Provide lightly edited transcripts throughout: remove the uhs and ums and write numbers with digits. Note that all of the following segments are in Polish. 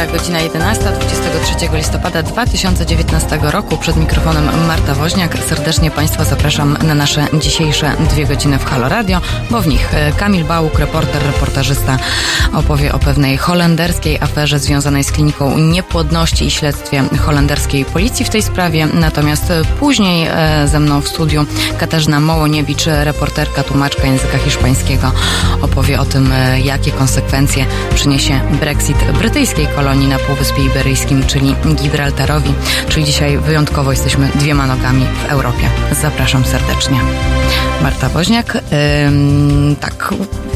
godzina 11, 23 listopada 2019 roku. Przed mikrofonem Marta Woźniak. Serdecznie Państwa zapraszam na nasze dzisiejsze 2 godziny w Halo Radio, bo w nich Kamil Bałuk, reportażysta, opowie o pewnej holenderskiej aferze związanej z kliniką niepłodności i śledztwie holenderskiej policji w tej sprawie. Natomiast później ze mną w studiu Katarzyna Mołoniewicz, reporterka, tłumaczka języka hiszpańskiego, opowie o tym, jakie konsekwencje przyniesie Brexit brytyjskiej kolonii na Półwyspie Iberyjskim, czyli Gibraltarowi. Czyli dzisiaj wyjątkowo jesteśmy 2 nogami w Europie. Zapraszam serdecznie. Marta Woźniak. Tak.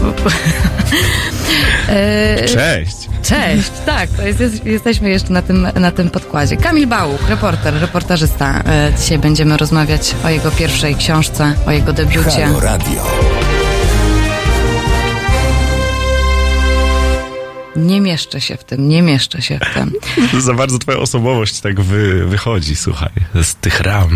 Cześć. Cześć, tak, to jesteśmy jeszcze na tym podkładzie. Kamil Bałuk, reportażysta. Dzisiaj będziemy rozmawiać o jego pierwszej książce, o jego debiucie. Halo Radio. Nie mieszczę się w tym. Za bardzo twoja osobowość tak wychodzi, słuchaj, z tych ram.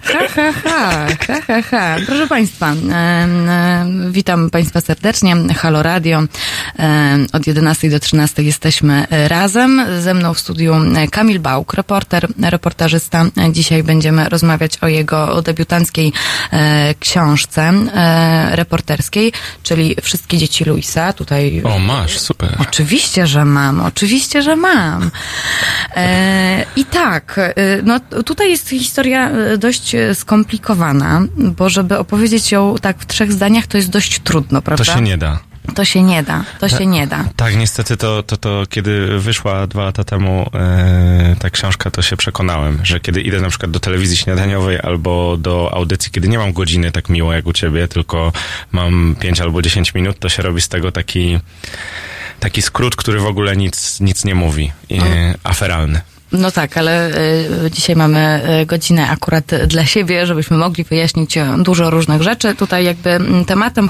Ha. Proszę Państwa, witam Państwa serdecznie. Halo Radio. Od 11 do 13 jesteśmy razem. Ze mną w studiu Kamil Bałuk, reportażysta. Dzisiaj będziemy rozmawiać o jego debiutanckiej książce reporterskiej, czyli Wszystkie dzieci Louisa. Tutaj... O, masz, super. Oczywiście, że mam. I tak, no tutaj jest historia dość skomplikowana, bo żeby opowiedzieć ją tak w 3 zdaniach, to jest dość trudno, prawda? To się nie da. To się nie da. Tak, niestety to kiedy wyszła 2 lata temu ta książka, to się przekonałem, że kiedy idę na przykład do telewizji śniadaniowej albo do audycji, kiedy nie mam godziny tak miło jak u ciebie, tylko mam 5 albo 10 minut, to się robi z tego taki skrót, który w ogóle nic nie mówi. Aferalny. No tak, ale dzisiaj mamy godzinę akurat dla siebie, żebyśmy mogli wyjaśnić dużo różnych rzeczy. Tutaj jakby tematem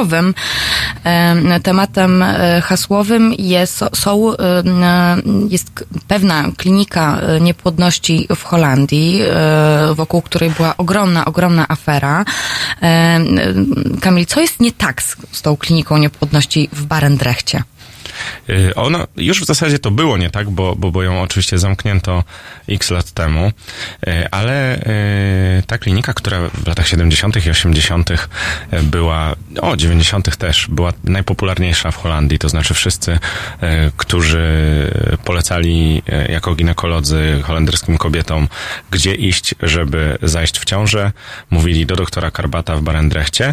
hasłowym jest pewna klinika niepłodności w Holandii, wokół której była ogromna afera. Kamil, co jest nie tak z tą kliniką niepłodności w Barendrechcie? Ona już w zasadzie to było nie tak, bo ją oczywiście zamknięto x lat temu, ale ta klinika, która w latach 70. i 80. była, 90. też, była najpopularniejsza w Holandii, to znaczy wszyscy, którzy polecali jako ginekolodzy holenderskim kobietom, gdzie iść, żeby zajść w ciążę, mówili do doktora Karbata w Barendrechcie.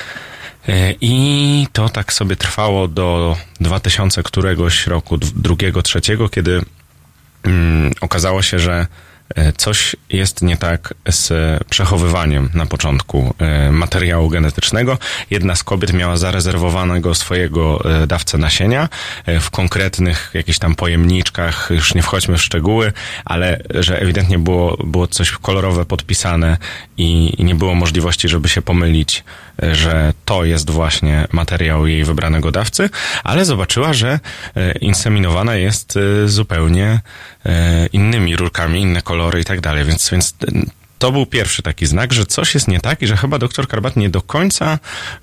I to tak sobie trwało do 2000 któregoś roku, 2, 3, kiedy okazało się, że coś jest nie tak z przechowywaniem na początku materiału genetycznego. Jedna z kobiet miała zarezerwowanego swojego dawcę nasienia w konkretnych jakichś tam pojemniczkach, już nie wchodźmy w szczegóły, ale że ewidentnie było coś kolorowe podpisane i nie było możliwości, żeby się pomylić, że to jest właśnie materiał jej wybranego dawcy, ale zobaczyła, że inseminowana jest zupełnie innymi rurkami, inne kolory i tak dalej, więc to był pierwszy taki znak, że coś jest nie tak i że chyba doktor Karbat nie do końca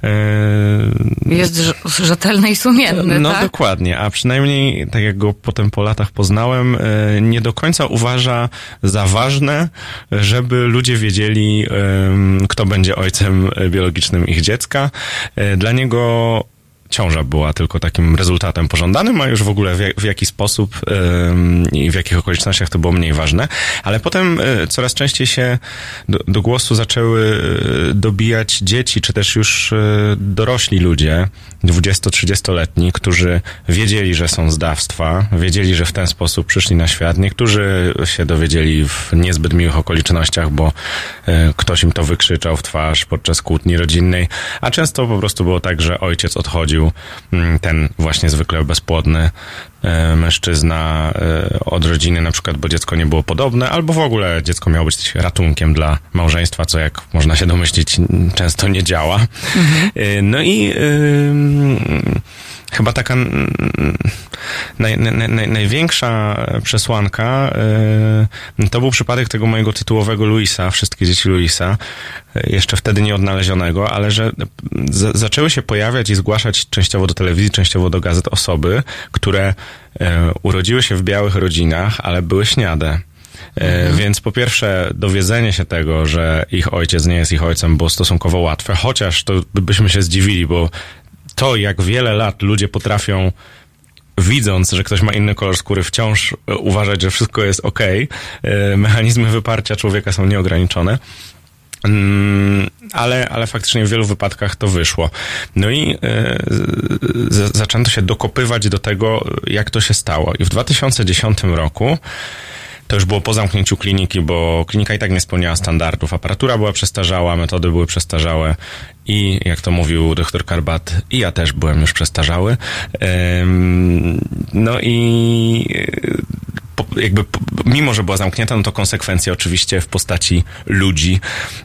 jest rzetelny i sumienny, no tak? Dokładnie, a przynajmniej, tak jak go potem po latach poznałem, nie do końca uważa za ważne, żeby ludzie wiedzieli, kto będzie ojcem biologicznym ich dziecka. Dla niego ciąża była tylko takim rezultatem pożądanym, a już w ogóle w jaki sposób i w jakich okolicznościach to było mniej ważne. Ale potem coraz częściej się do głosu zaczęły dobijać dzieci, czy też już dorośli ludzie, 20-30-letni, którzy wiedzieli, że są z dawstwa, wiedzieli, że w ten sposób przyszli na świat. Niektórzy się dowiedzieli w niezbyt miłych okolicznościach, bo ktoś im to wykrzyczał w twarz podczas kłótni rodzinnej, a często po prostu było tak, że ojciec odchodził, ten właśnie zwykle bezpłodny mężczyzna od rodziny, na przykład, bo dziecko nie było podobne, albo w ogóle dziecko miało być ratunkiem dla małżeństwa, co jak można się domyślić często nie działa. No i chyba taka największa przesłanka to był przypadek tego mojego tytułowego Louisa, Wszystkie dzieci Louisa, jeszcze wtedy nieodnalezionego, ale że zaczęły się pojawiać i zgłaszać częściowo do telewizji, częściowo do gazet osoby, które urodziły się w białych rodzinach, ale były śniade. Więc po pierwsze dowiedzenie się tego, że ich ojciec nie jest ich ojcem, było stosunkowo łatwe, chociaż to byśmy się zdziwili, bo to jak wiele lat ludzie potrafią, widząc, że ktoś ma inny kolor skóry, wciąż uważać, że wszystko jest okej. Mechanizmy wyparcia człowieka są nieograniczone. Ale faktycznie w wielu wypadkach to wyszło. No i zaczęto się dokopywać do tego, jak to się stało. I w 2010 roku to już było po zamknięciu kliniki, bo klinika i tak nie spełniała standardów. Aparatura była przestarzała, metody były przestarzałe i, jak to mówił doktor Karbat, i ja też byłem już przestarzały. No i jakby mimo, że była zamknięta, no to konsekwencje oczywiście w postaci ludzi,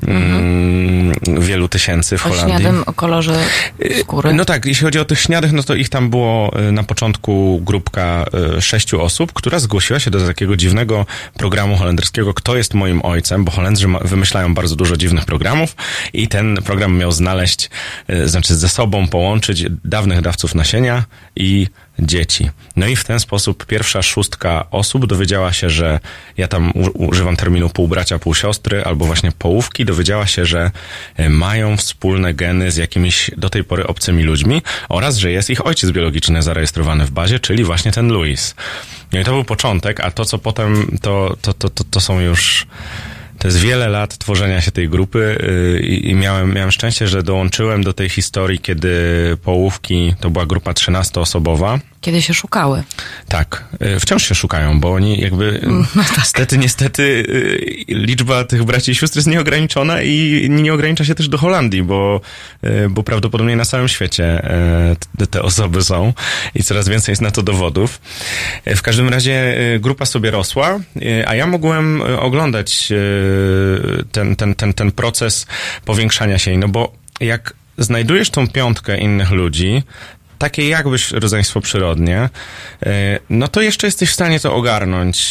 wielu tysięcy w Holandii. O śniadym kolorze skóry. No tak, jeśli chodzi o tych śniadych, no to ich tam było na początku grupka 6 osób, która zgłosiła się do takiego dziwnego programu holenderskiego Kto jest moim ojcem, bo Holendrzy wymyślają bardzo dużo dziwnych programów i ten program miał znaleźć, znaczy ze sobą połączyć dawnych dawców nasienia i dzieci. No i w ten sposób pierwsza 6 osób dowiedziała się, że ja tam używam terminu półbracia, półsiostry, albo właśnie połówki, dowiedziała się, że mają wspólne geny z jakimiś do tej pory obcymi ludźmi oraz, że jest ich ojciec biologiczny zarejestrowany w bazie, czyli właśnie ten Louis. No i to był początek, a to, co potem, to są już... To jest wiele lat tworzenia się tej grupy i miałem szczęście, że dołączyłem do tej historii, kiedy połówki, to była grupa 13-osobowa. Kiedy się szukały. Tak, wciąż się szukają, bo oni jakby niestety liczba tych braci i sióstr jest nieograniczona i nie ogranicza się też do Holandii, bo prawdopodobnie na całym świecie te osoby są i coraz więcej jest na to dowodów. W każdym razie grupa sobie rosła, a ja mogłem oglądać ten proces powiększania się jej, no bo jak znajdujesz tą 5 innych ludzi, takie jakbyś rodzeństwo przyrodnie, no to jeszcze jesteś w stanie to ogarnąć.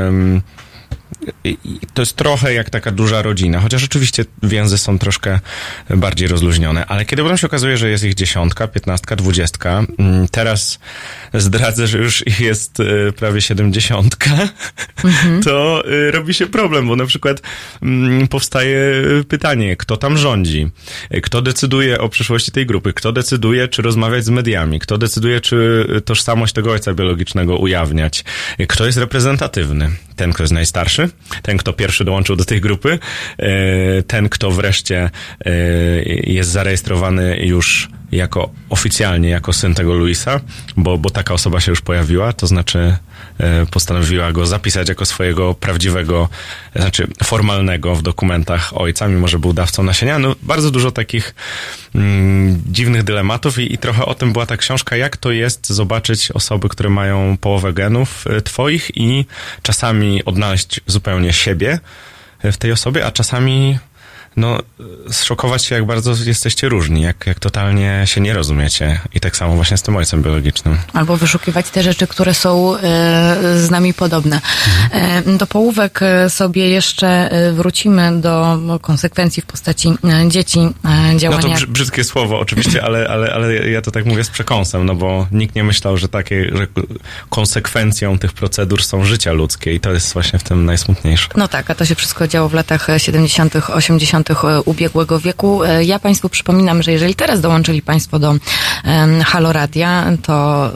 To jest trochę jak taka duża rodzina, chociaż oczywiście więzy są troszkę bardziej rozluźnione, ale kiedy potem się okazuje, że jest ich 10, 15, 20, teraz zdradzę, że już ich jest prawie 70, to robi się problem, bo na przykład powstaje pytanie, kto tam rządzi, kto decyduje o przyszłości tej grupy, kto decyduje, czy rozmawiać z mediami, kto decyduje, czy tożsamość tego ojca biologicznego ujawniać, kto jest reprezentatywny, ten, kto jest najstarszy, ten, kto pierwszy dołączył do tej grupy, ten, kto wreszcie jest zarejestrowany już oficjalnie jako syn tego Louisa, bo taka osoba się już pojawiła, to znaczy postanowiła go zapisać jako swojego prawdziwego, znaczy formalnego w dokumentach ojca, mimo że był dawcą nasienia. No, bardzo dużo takich dziwnych dylematów i trochę o tym była ta książka, jak to jest zobaczyć osoby, które mają połowę genów twoich i czasami odnaleźć zupełnie siebie w tej osobie, a czasami zszokować się, jak bardzo jesteście różni, jak totalnie się nie rozumiecie. I tak samo właśnie z tym ojcem biologicznym. Albo wyszukiwać te rzeczy, które są z nami podobne. Do połówek sobie jeszcze wrócimy, do konsekwencji w postaci dzieci działania. No to brzydkie słowo oczywiście, ale ja to tak mówię z przekąsem, no bo nikt nie myślał, że że konsekwencją tych procedur są życia ludzkie i to jest właśnie w tym najsmutniejsze. No tak, a to się wszystko działo w latach 70., 80. ubiegłego wieku. Ja Państwu przypominam, że jeżeli teraz dołączyli Państwo do Halo Radia, to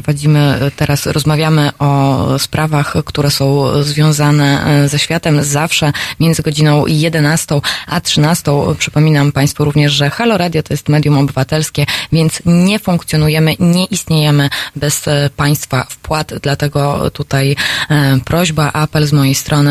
rozmawiamy o sprawach, które są związane ze światem zawsze między godziną 11 a 13. Przypominam Państwu również, że Halo Radio to jest medium obywatelskie, więc nie funkcjonujemy, nie istniejemy bez Państwa wpłat, dlatego tutaj prośba, apel z mojej strony,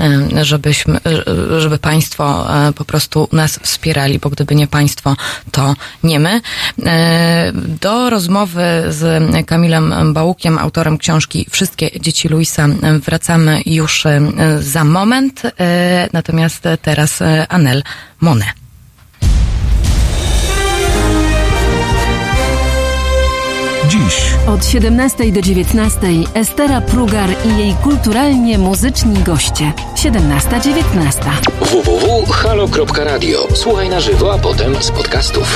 żeby Państwo po prostu nas wspierali, bo gdyby nie Państwo, to nie my. Do rozmowy z Kamilem Bałukiem, autorem książki Wszystkie dzieci Louisa, wracamy już za moment. Natomiast teraz Anel Monet. Dziś od 17 do 19 Estera Prugar i jej kulturalnie muzyczni goście. 17-19. www.halo.radio. Słuchaj na żywo, a potem z podcastów.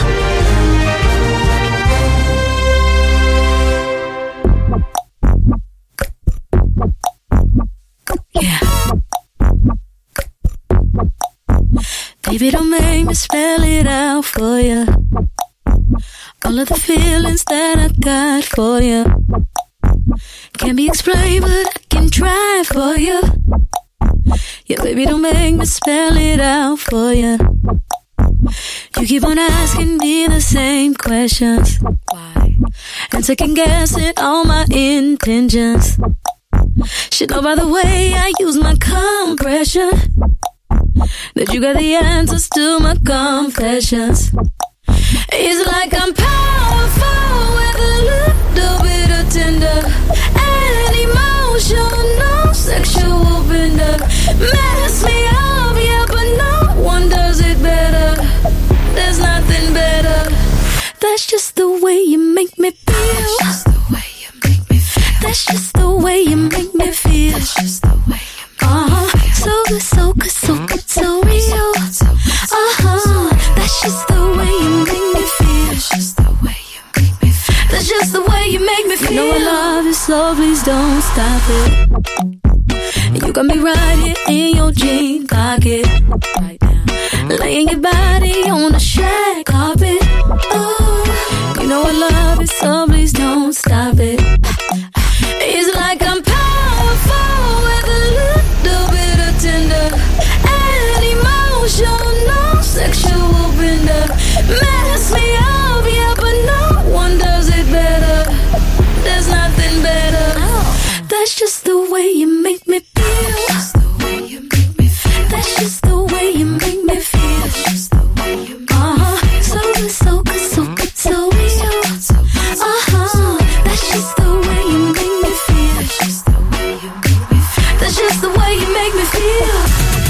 Baby, don't make me spell it out for you. All of the feelings that I got for you can't be explained, but I can try for you. Yeah, baby, don't make me spell it out for you. You keep on asking me the same questions. Why? And second guessing all my intentions. Should know by the way I use my compression that you got the answers to my confessions. It's like I'm powerful with a little bit of tender and emotional, sexual bender. Mess me up, yeah, but no one does it better. There's nothing better. That's just the way you make me feel. That's just the way you make me feel. That's just the way you make me feel. That's just the way you make me feel. So good, so good, so good, so real. That's just the way you make me feel. That's just the way you make me feel. That's just the way you make me feel. You know I love you, so please don't stop it. You got me right here in your jean pocket right now, laying your body on the shag carpet. Oh, you know I love it, so please don't stop it. It's like I'm powerful with a little bit of tender and emotional, sexual bender. Mess me up, yeah, but no one does it better. There's nothing better. That's just the way you make me feel. That's just the way you make me feel. That's just the way you make me feel. That's just the way you make me feel. So good, so good, so good, so real. That's just the way you make me feel. That's just the way you make me feel. That's just the way you make me feel.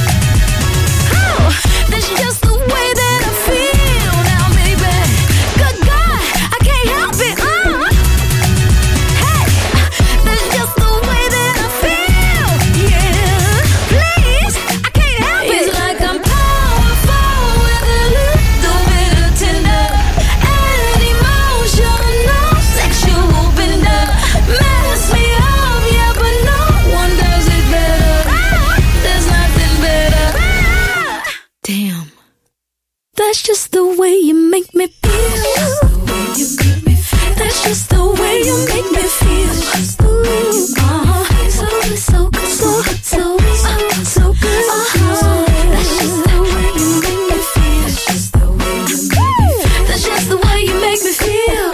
Oh, that's just the way that I feel now, baby. Good God, I can't help it. Hey, that's just the way that I feel. Yeah, please, I can't help it. It's like I'm powerful with a little bit of tender and emotional, sexual bender. Mess me up, yeah, but no one does it better. There's nothing better. Damn, that's just the way you make me feel. That's just the way you make me feel. So good, so good, so good, so good, so good. That's just the way you make me feel. That's just the way you make me feel. That's just the way you make me feel.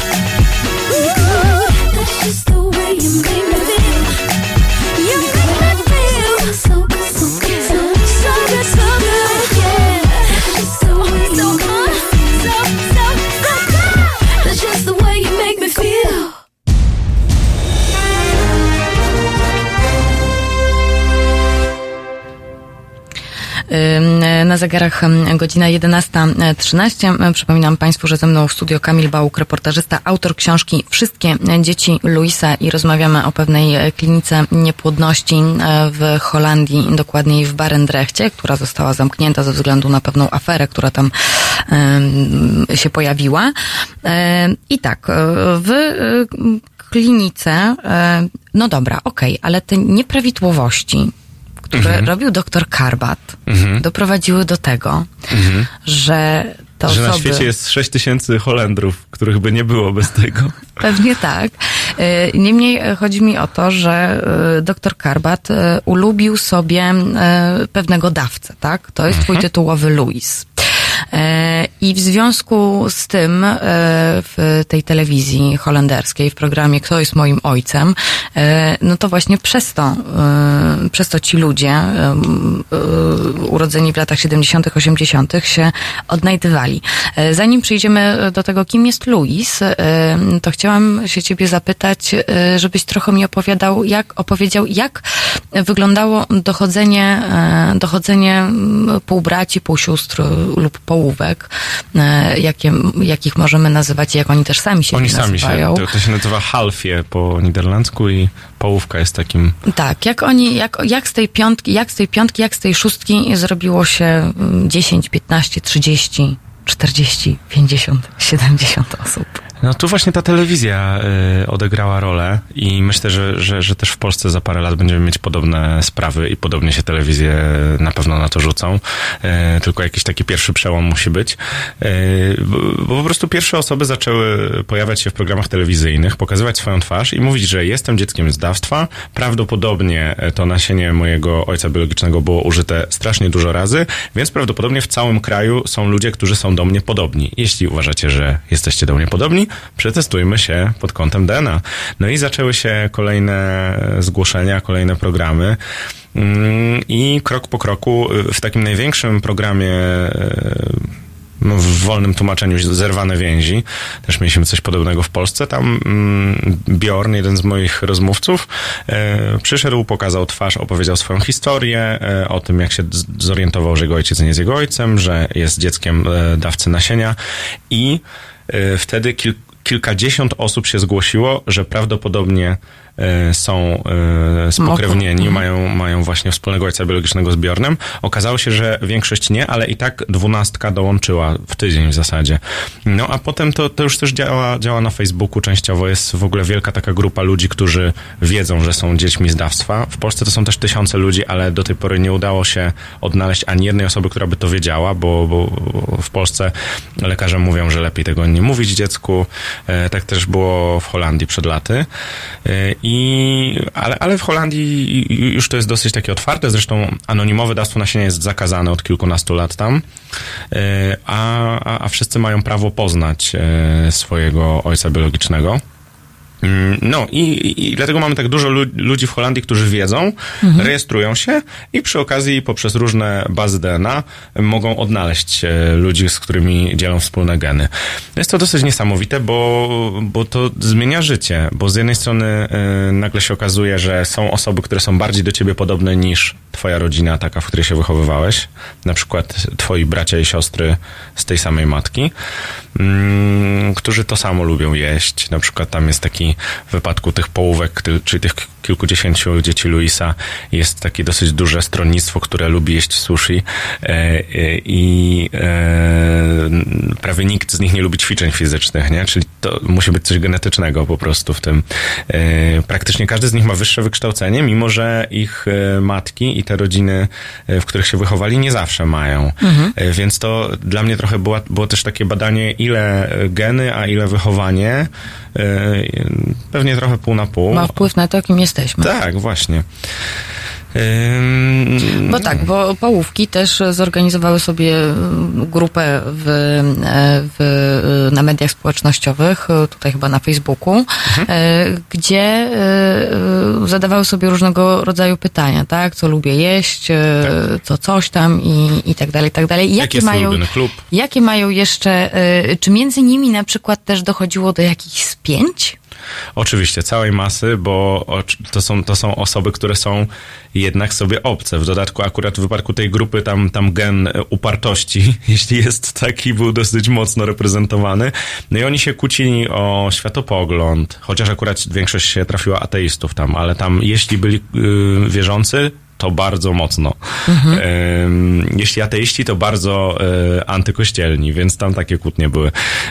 That's just the way you make me feel. You make me feel so good, so good, so good, so good, so good. Yeah, that's just the way you make me feel. So good. That's just the way you make me feel. Na zegarach godzina 11:13. Przypominam Państwu, że ze mną w studio Kamil Bałuk, reportażysta, autor książki Wszystkie dzieci Louisa i rozmawiamy o pewnej klinice niepłodności w Holandii, dokładniej w Barendrechcie, która została zamknięta ze względu na pewną aferę, która tam się pojawiła. I tak, w klinice, no dobra, okej, ale te nieprawidłowości, które robił doktor Karbat, doprowadziły do tego, że te osoby... Że na świecie jest 6000 Holendrów, których by nie było bez tego. Pewnie tak. Niemniej chodzi mi o to, że doktor Karbat ulubił sobie pewnego dawcę, tak? To jest twój tytułowy Louis. I w związku z tym w tej telewizji holenderskiej, w programie Kto jest moim ojcem, no to właśnie przez to ci ludzie urodzeni w latach 70., 80. się odnajdywali. Zanim przejdziemy do tego, kim jest Louis, to chciałam się ciebie zapytać, żebyś trochę mi opowiedział, jak wyglądało dochodzenie półbraci, półsióstr lub połówek, jakich możemy nazywać, jak oni też sami się nazywają. To się nazywa halfie po niderlandzku i połówka jest takim... Tak, jak z tej piątki, jak z tej szóstki zrobiło się 10, 15, 30, 40, 50, 70 osób. No tu właśnie ta telewizja odegrała rolę i myślę, że też w Polsce za parę lat będziemy mieć podobne sprawy i podobnie się telewizje na pewno na to rzucą. Tylko jakiś taki pierwszy przełom musi być. Bo po prostu pierwsze osoby zaczęły pojawiać się w programach telewizyjnych, pokazywać swoją twarz i mówić, że jestem dzieckiem z dawstwa. Prawdopodobnie to nasienie mojego ojca biologicznego było użyte strasznie dużo razy, więc prawdopodobnie w całym kraju są ludzie, którzy są do mnie podobni. Jeśli uważacie, że jesteście do mnie podobni, przetestujmy się pod kątem DNA. No i zaczęły się kolejne zgłoszenia, kolejne programy. I krok po kroku w takim największym programie, w wolnym tłumaczeniu Zerwane więzi, też mieliśmy coś podobnego w Polsce, tam Bjorn, jeden z moich rozmówców, przyszedł, pokazał twarz, opowiedział swoją historię o tym, jak się zorientował, że jego ojciec nie jest jego ojcem, że jest dzieckiem dawcy nasienia i wtedy kilkadziesiąt osób się zgłosiło, że prawdopodobnie są spokrewnieni, mają właśnie wspólnego ojca biologicznego z Bjornem. Okazało się, że większość nie, ale i tak 12 dołączyła w tydzień w zasadzie. No a potem to już też działa na Facebooku częściowo. Jest w ogóle wielka taka grupa ludzi, którzy wiedzą, że są dziećmi z dawstwa. W Polsce to są też tysiące ludzi, ale do tej pory nie udało się odnaleźć ani jednej osoby, która by to wiedziała, bo w Polsce lekarze mówią, że lepiej tego nie mówić dziecku. Tak też było w Holandii przed laty. Ale w Holandii już to jest dosyć takie otwarte, zresztą anonimowe dawstwo nasienia jest zakazane od kilkunastu lat tam, a wszyscy mają prawo poznać swojego ojca biologicznego. No i dlatego mamy tak dużo ludzi w Holandii, którzy wiedzą, rejestrują się i przy okazji poprzez różne bazy DNA mogą odnaleźć ludzi, z którymi dzielą wspólne geny. Jest to dosyć niesamowite, bo to zmienia życie, bo z jednej strony nagle się okazuje, że są osoby, które są bardziej do ciebie podobne niż twoja rodzina, taka, w której się wychowywałeś, na przykład twoi bracia i siostry z tej samej matki, którzy to samo lubią jeść. Na przykład tam jest taki, w wypadku tych połówek, czyli tych kilkudziesięciu dzieci Luisa, jest takie dosyć duże stronnictwo, które lubi jeść sushi i prawie nikt z nich nie lubi ćwiczeń fizycznych, nie? Czyli to musi być coś genetycznego po prostu w tym. Praktycznie każdy z nich ma wyższe wykształcenie, mimo że ich matki i te rodziny, w których się wychowali, nie zawsze mają. Więc to dla mnie trochę było też takie badanie, ile geny, a ile wychowanie. Pewnie trochę pół na pół. Ma wpływ na to, kim jesteśmy. Tak, właśnie. Bo połówki też zorganizowały sobie grupę na mediach społecznościowych, tutaj chyba na Facebooku, gdzie zadawały sobie różnego rodzaju pytania, tak? Co lubię jeść, co coś tam i tak dalej, i tak dalej. Jaki jest ulubiony klub? Jakie mają jeszcze, czy między nimi na przykład też dochodziło do jakichś spięć? Oczywiście, całej masy, bo to są osoby, które są jednak sobie obce. W dodatku akurat w wypadku tej grupy tam gen upartości, jeśli jest taki, był dosyć mocno reprezentowany. No i oni się kłócili o światopogląd, chociaż akurat większość się trafiła ateistów tam, ale tam jeśli byli wierzący, to bardzo mocno. Jeśli ateiści, to bardzo antykościelni, więc tam takie kłótnie były.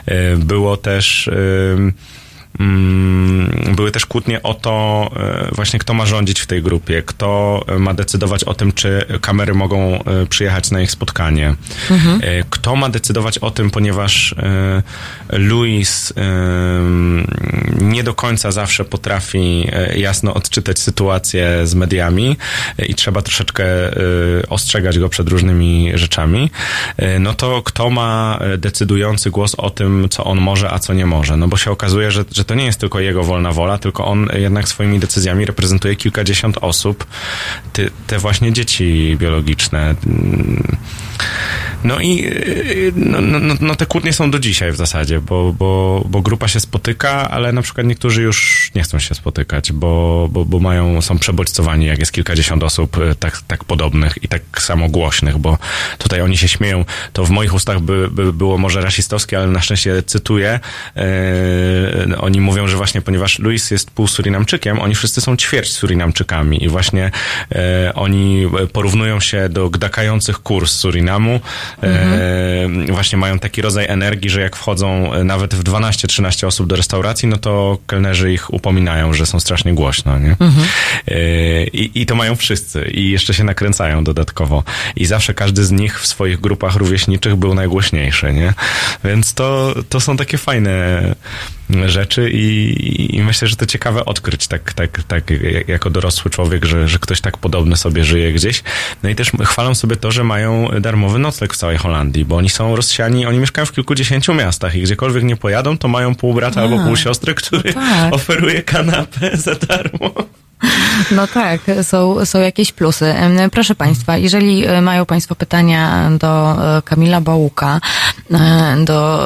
Były też kłótnie o to właśnie, kto ma rządzić w tej grupie, kto ma decydować o tym, czy kamery mogą przyjechać na ich spotkanie. Kto ma decydować o tym, ponieważ Luis nie do końca zawsze potrafi jasno odczytać sytuację z mediami i trzeba troszeczkę ostrzegać go przed różnymi rzeczami. No to kto ma decydujący głos o tym, co on może, a co nie może. No bo się okazuje, że to nie jest tylko jego wolna wola, tylko on jednak swoimi decyzjami reprezentuje kilkadziesiąt osób, te właśnie dzieci biologiczne. No i te kłótnie są do dzisiaj w zasadzie, bo grupa się spotyka, ale na przykład niektórzy już nie chcą się spotykać, bo są przebodźcowani, jak jest kilkadziesiąt osób tak podobnych i tak samo głośnych, bo tutaj oni się śmieją. To w moich ustach by było może rasistowskie, ale na szczęście cytuję. Oni mówią, że właśnie ponieważ Luis jest pół Surinamczykiem, oni wszyscy są ćwierć Surinamczykami i właśnie oni porównują się do gdakających kur z Surinamu, właśnie mają taki rodzaj energii, że jak wchodzą nawet w 12-13 osób do restauracji, no to kelnerzy ich upominają, że są strasznie głośno, nie? I to mają wszyscy i jeszcze się nakręcają dodatkowo i zawsze każdy z nich w swoich grupach rówieśniczych był najgłośniejszy, nie? Więc to są takie fajne rzeczy i myślę, że to ciekawe odkryć tak jako dorosły człowiek, że ktoś tak podobny sobie żyje gdzieś. No i też chwalą sobie to, że mają darmowy nocleg w całej Holandii, bo oni są rozsiani, oni mieszkają w kilkudziesięciu miastach i gdziekolwiek nie pojadą, to mają pół brata albo pół siostry, który oferuje kanapę za darmo. No tak, są jakieś plusy. Proszę Państwa, jeżeli mają Państwo pytania do Kamila Bałuka, do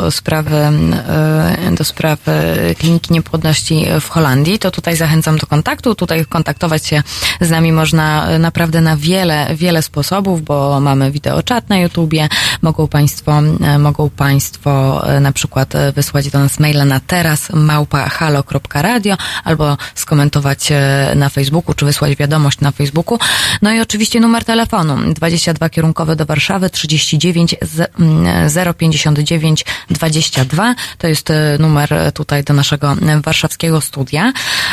sprawy Kliniki Niepłodności w Holandii, to tutaj zachęcam do kontaktu. Tutaj kontaktować się z nami można naprawdę na wiele sposobów, bo mamy wideoczat na YouTubie. Mogą Państwo na przykład wysłać do nas maila na teraz@halo.radio albo skomentować na Facebooku, czy wysłać wiadomość na Facebooku. No i oczywiście numer telefonu 22 kierunkowy do Warszawy 39 059 22. To jest numer tutaj do naszego warszawskiego studia.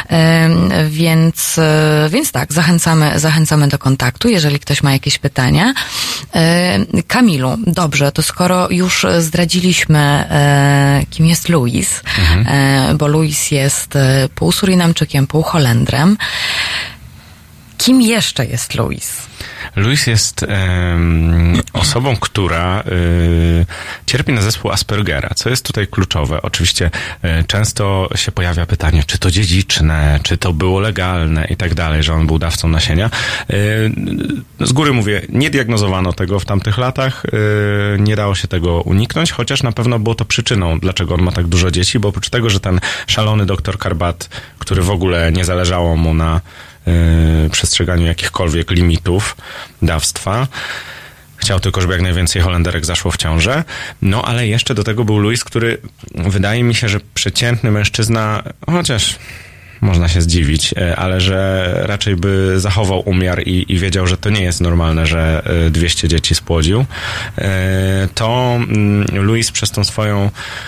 Więc tak, zachęcamy do kontaktu, jeżeli ktoś ma jakieś pytania. Kamilu, dobrze, to skoro już zdradziliśmy, kim jest Louis, bo Louis jest pół Surinamczykiem, pół Holendrem. Kim jeszcze jest Louis? Louis jest osobą, która cierpi na zespół Aspergera, co jest tutaj kluczowe. Oczywiście często się pojawia pytanie, czy to dziedziczne, czy to było legalne i tak dalej, że on był dawcą nasienia. Z góry mówię, nie diagnozowano tego w tamtych latach, nie dało się tego uniknąć, chociaż na pewno było to przyczyną, dlaczego on ma tak dużo dzieci, bo oprócz tego, że ten szalony doktor Karbat, który w ogóle nie zależało mu na przestrzeganiu jakichkolwiek limitów dawstwa. Chciał tylko, żeby jak najwięcej Holenderek zaszło w ciążę. No, ale jeszcze do tego był Louis, który wydaje mi się, że przeciętny mężczyzna, chociaż można się zdziwić, ale że raczej by zachował umiar i wiedział, że to nie jest normalne, że 200 dzieci spłodził, to Louis przez tą swoją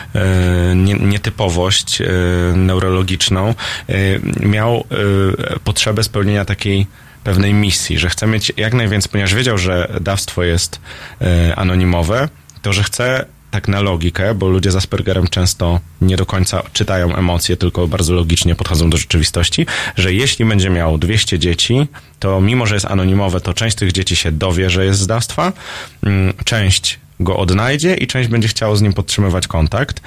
nietypowość neurologiczną miał potrzebę spełnienia takiej pewnej misji, że chce mieć jak najwięcej, ponieważ wiedział, że dawstwo jest anonimowe, to że chce tak na logikę, bo ludzie z Aspergerem często nie do końca czytają emocje, tylko bardzo logicznie podchodzą do rzeczywistości, że jeśli będzie miał 200 dzieci, to mimo, że jest anonimowe, to część tych dzieci się dowie, że jest z dawstwa, część go odnajdzie i część będzie chciało z nim podtrzymywać kontakt,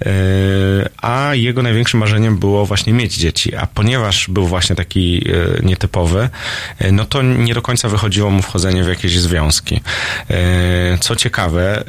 a jego największym marzeniem było właśnie mieć dzieci, a ponieważ był właśnie taki nietypowy, no to nie do końca wychodziło mu wchodzenie w jakieś związki. Co ciekawe,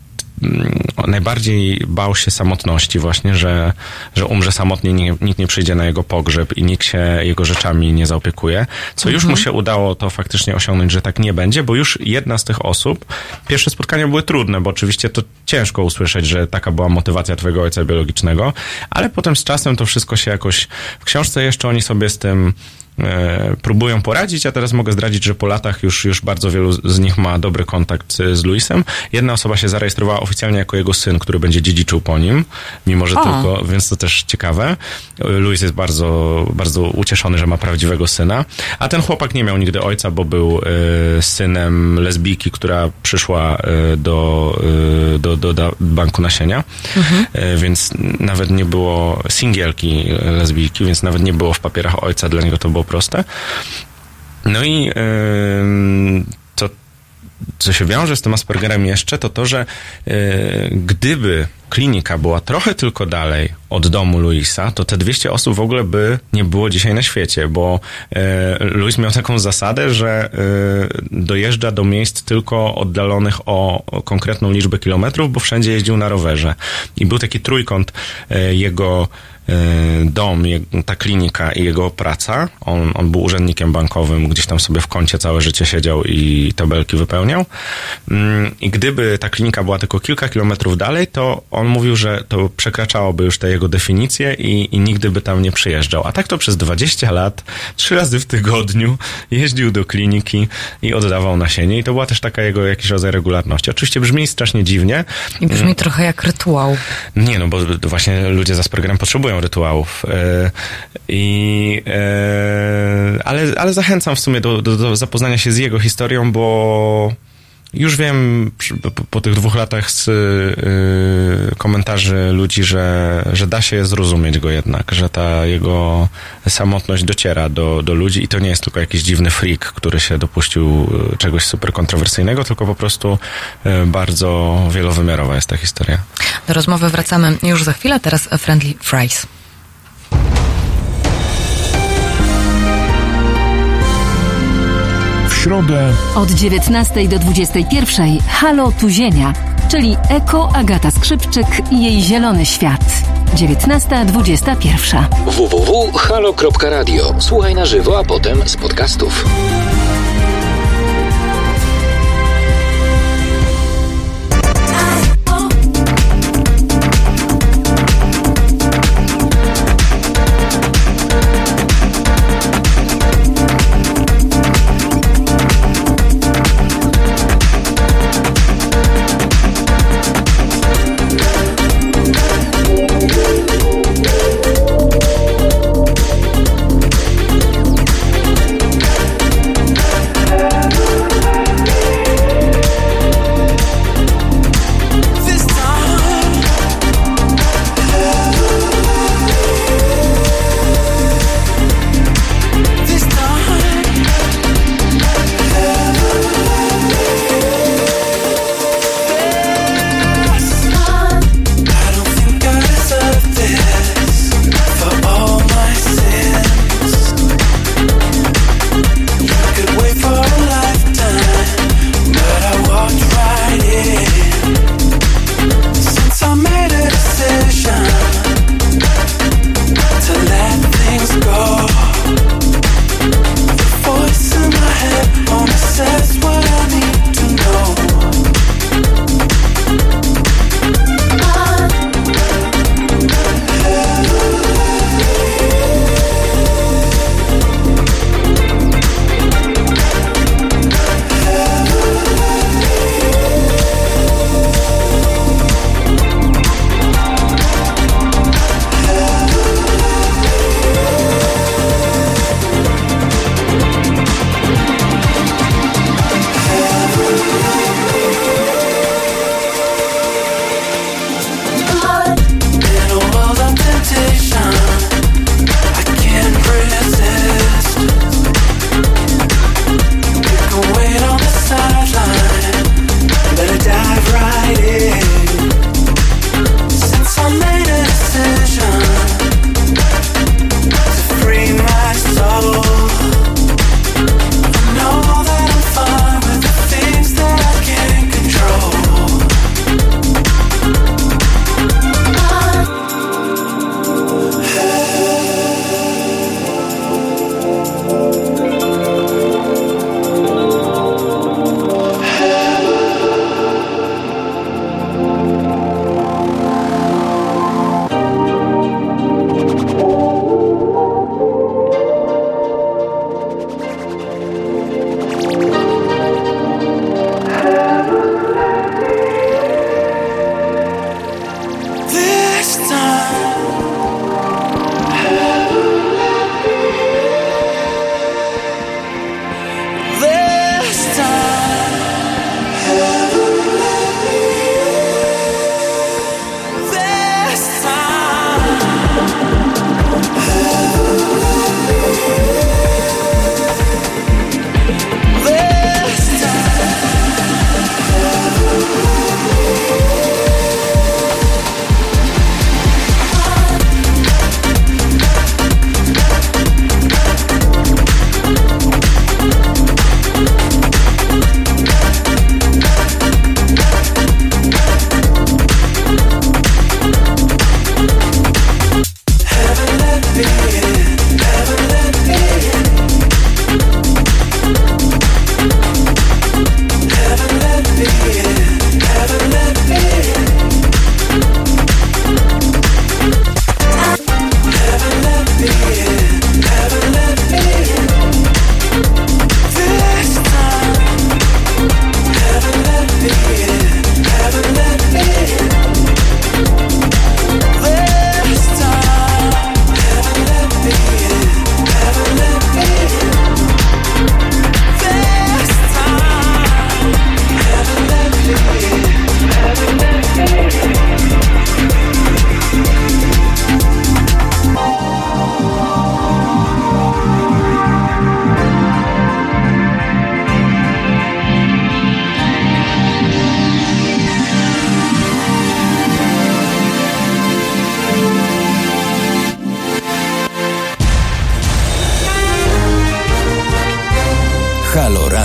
najbardziej bał się samotności właśnie, że umrze samotnie, nikt nie przyjdzie na jego pogrzeb i nikt się jego rzeczami nie zaopiekuje. Co już mu się udało to faktycznie osiągnąć, że tak nie będzie, bo już jedna z tych osób, pierwsze spotkania były trudne, bo oczywiście to ciężko usłyszeć, że taka była motywacja twojego ojca biologicznego, ale potem z czasem to wszystko się jakoś, w książce jeszcze oni sobie z tym próbują poradzić, a teraz mogę zdradzić, że po latach już bardzo wielu z nich ma dobry kontakt z Louisem. Jedna osoba się zarejestrowała oficjalnie jako jego syn, który będzie dziedziczył po nim, mimo że tylko, więc to też ciekawe. Louis jest bardzo, bardzo ucieszony, że ma prawdziwego syna, a ten chłopak nie miał nigdy ojca, bo był synem lesbijki, która przyszła do banku nasienia, więc nawet nie było singielki lesbijki, więc nawet nie było w papierach ojca, dla niego to było proste. No i to, co się wiąże z tym Aspergerem jeszcze, to, że gdyby klinika była trochę tylko dalej od domu Louisa, to te 200 osób w ogóle by nie było dzisiaj na świecie, bo Louis miał taką zasadę, że dojeżdża do miejsc tylko oddalonych o konkretną liczbę kilometrów, bo wszędzie jeździł na rowerze. I był taki trójkąt jego dom, ta klinika i jego praca. On był urzędnikiem bankowym, gdzieś tam sobie w kącie całe życie siedział i tabelki wypełniał. I gdyby ta klinika była tylko kilka kilometrów dalej, to on mówił, że to przekraczałoby już te jego definicje i nigdy by tam nie przyjeżdżał. A tak to przez 20 lat, 3 razy w tygodniu jeździł do kliniki i oddawał nasienie. I to była też taka jego jakiś rodzaj regularności. Oczywiście brzmi strasznie dziwnie. I brzmi trochę jak rytuał. Nie, no bo właśnie ludzie z Aspergerem potrzebują rytuałów. Ale zachęcam w sumie do zapoznania się z jego historią, bo już wiem po tych 2 latach z komentarzy ludzi, że da się zrozumieć go jednak, że ta jego samotność dociera do ludzi i to nie jest tylko jakiś dziwny freak, który się dopuścił czegoś super kontrowersyjnego, tylko po prostu bardzo wielowymiarowa jest ta historia. Do rozmowy wracamy już za chwilę, teraz Friendly Fries. W środę od 19 do 21 Halo tu Ziemia, czyli Eko Agata Skrzypczyk i jej zielony świat. 19:21. www.halo.radio. Słuchaj na żywo, a potem z podcastów.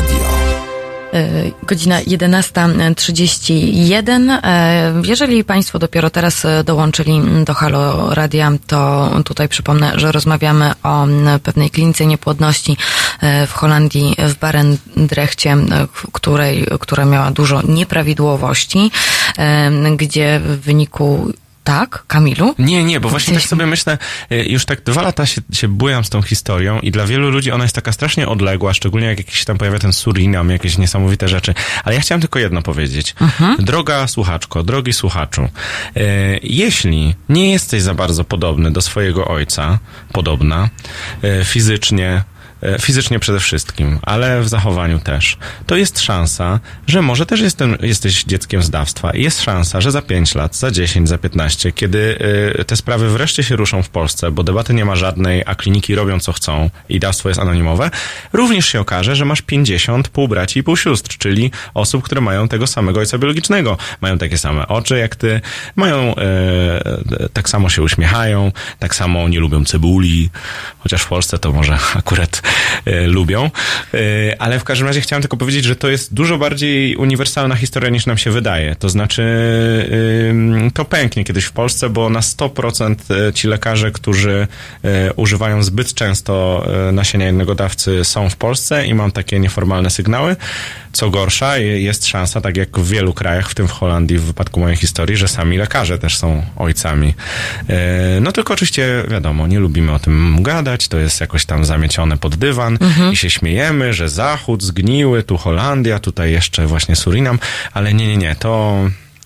Radio. Godzina 11:31. Jeżeli Państwo dopiero teraz dołączyli do Halo Radia, to tutaj przypomnę, że rozmawiamy o pewnej klinice niepłodności w Holandii, w Barendrechcie, która miała dużo nieprawidłowości, gdzie w wyniku... Tak, Kamilu? Nie, bo właśnie tak sobie myślę, już tak 2 lata się bujam z tą historią i dla wielu ludzi ona jest taka strasznie odległa, szczególnie jak jakiś tam pojawia ten Surinam, jakieś niesamowite rzeczy. Ale ja chciałem tylko jedno powiedzieć. Droga słuchaczko, drogi słuchaczu, jeśli nie jesteś za bardzo podobny do swojego ojca, podobna, fizycznie przede wszystkim, ale w zachowaniu też, to jest szansa, że może też jesteś dzieckiem z dawstwa i jest szansa, że za 5 lat, za 10, za 15, kiedy te sprawy wreszcie się ruszą w Polsce, bo debaty nie ma żadnej, a kliniki robią co chcą i dawstwo jest anonimowe, również się okaże, że masz 50 półbraci i półsióstr, czyli osób, które mają tego samego ojca biologicznego, mają takie same oczy jak ty, mają tak samo się uśmiechają, tak samo nie lubią cebuli, chociaż w Polsce to może akurat lubią, ale w każdym razie chciałem tylko powiedzieć, że to jest dużo bardziej uniwersalna historia niż nam się wydaje. To znaczy to pęknie kiedyś w Polsce, bo na 100% ci lekarze, którzy używają zbyt często nasienia jednego dawcy, są w Polsce i mam takie nieformalne sygnały. Co gorsza, jest szansa, tak jak w wielu krajach, w tym w Holandii, w wypadku mojej historii, że sami lekarze też są ojcami. No tylko oczywiście, wiadomo, nie lubimy o tym gadać, to jest jakoś tam zamiecione pod dywan i się śmiejemy, że Zachód zgniły, tu Holandia, tutaj jeszcze właśnie Surinam, ale nie, to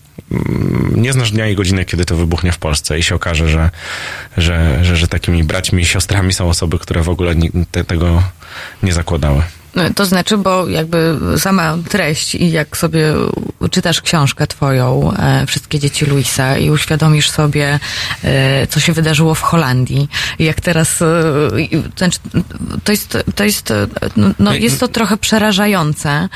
nie znasz dnia i godziny, kiedy to wybuchnie w Polsce i się okaże, że takimi braćmi i siostrami są osoby, które w ogóle tego nie zakładały. To znaczy, bo jakby sama treść i jak sobie czytasz książkę twoją, Wszystkie dzieci Luisa i uświadomisz sobie, co się wydarzyło w Holandii i jak teraz, jest to trochę przerażające.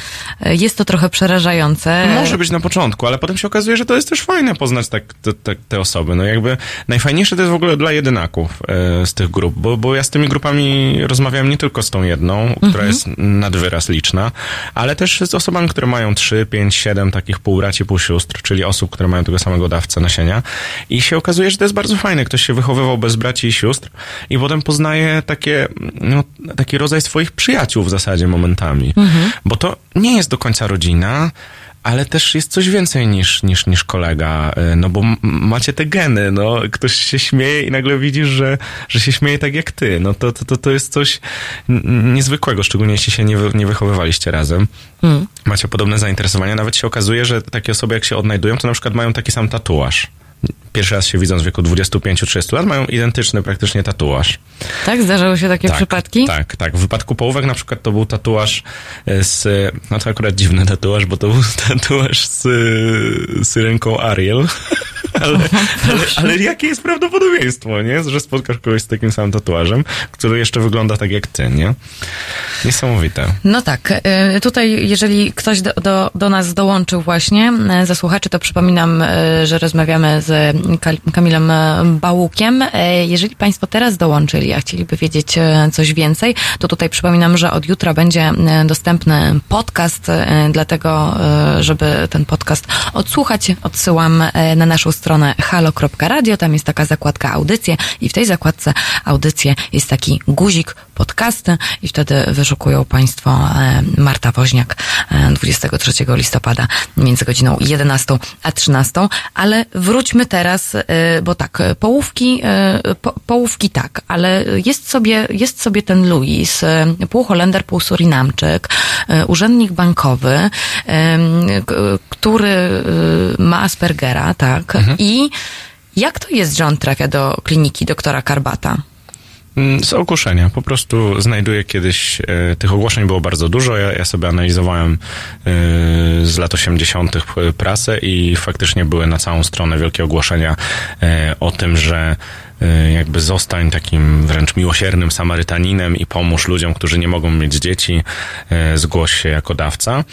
Może być na początku, ale potem się okazuje, że to jest też fajne poznać te osoby. No jakby najfajniejsze to jest w ogóle dla jedynaków z tych grup, bo ja z tymi grupami rozmawiałem nie tylko z tą jedną, która jest nad wyraz liczna, ale też z osobami, które mają 3, 5, 7 takich półbraci, półsióstr, czyli osób, które mają tego samego dawcę nasienia i się okazuje, że to jest bardzo fajne. Ktoś się wychowywał bez braci i sióstr i potem poznaje taki rodzaj swoich przyjaciół w zasadzie momentami. Bo to nie jest do końca rodzina, ale też jest coś więcej niż kolega, no bo macie te geny, no ktoś się śmieje i nagle widzisz, że się śmieje tak jak ty, no to jest coś niezwykłego, szczególnie jeśli się nie wychowywaliście razem. Macie podobne zainteresowania, nawet się okazuje, że takie osoby jak się odnajdują, to na przykład mają taki sam tatuaż. Pierwszy raz się widzą w wieku 25-30 lat, mają identyczny praktycznie tatuaż. Tak? Zdarzały się takie przypadki? Tak. W wypadku połówek na przykład to był tatuaż no to akurat dziwny tatuaż, bo to był tatuaż z syrenką Ariel. Ale jakie jest prawdopodobieństwo, nie? Że spotkasz kogoś z takim samym tatuażem, który jeszcze wygląda tak jak ty, nie? Niesamowite. No tak. Tutaj, jeżeli ktoś do nas dołączył właśnie, za słuchaczy, to przypominam, że rozmawiamy z Kamilem Bałukiem. Jeżeli Państwo teraz dołączyli, a chcieliby wiedzieć coś więcej, to tutaj przypominam, że od jutra będzie dostępny podcast, dlatego, żeby ten podcast odsłuchać, odsyłam na naszą stronę halo.radio, tam jest taka zakładka audycje i w tej zakładce audycje jest taki guzik podcasty i wtedy wyszukują Państwo Marta Woźniak 23 listopada między godziną 11 a 13, ale wróćmy teraz, bo tak, połówki tak, ale jest sobie ten Louis, pół Holender, pół Surinamczyk, urzędnik bankowy, który ma Aspergera, tak, i jak to jest, że on trafia do kliniki doktora Karbata? Z ogłoszenia. Po prostu znajduję kiedyś, tych ogłoszeń było bardzo dużo. Ja sobie analizowałem z lat 80. prasę i faktycznie były na całą stronę wielkie ogłoszenia o tym, że jakby zostań takim wręcz miłosiernym Samarytaninem i pomóż ludziom, którzy nie mogą mieć dzieci, zgłoś się jako dawca.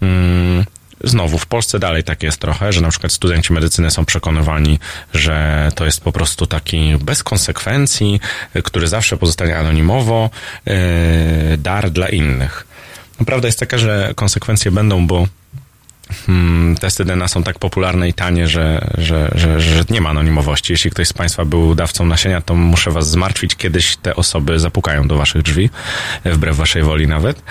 Znowu, w Polsce dalej tak jest trochę, że na przykład studenci medycyny są przekonywani, że to jest po prostu taki bez konsekwencji, który zawsze pozostanie anonimowo, dar dla innych. Prawda jest taka, że konsekwencje będą, bo testy DNA są tak popularne i tanie, że nie ma anonimowości. Jeśli ktoś z Państwa był dawcą nasienia, to muszę Was zmartwić. Kiedyś te osoby zapukają do Waszych drzwi, wbrew Waszej woli nawet.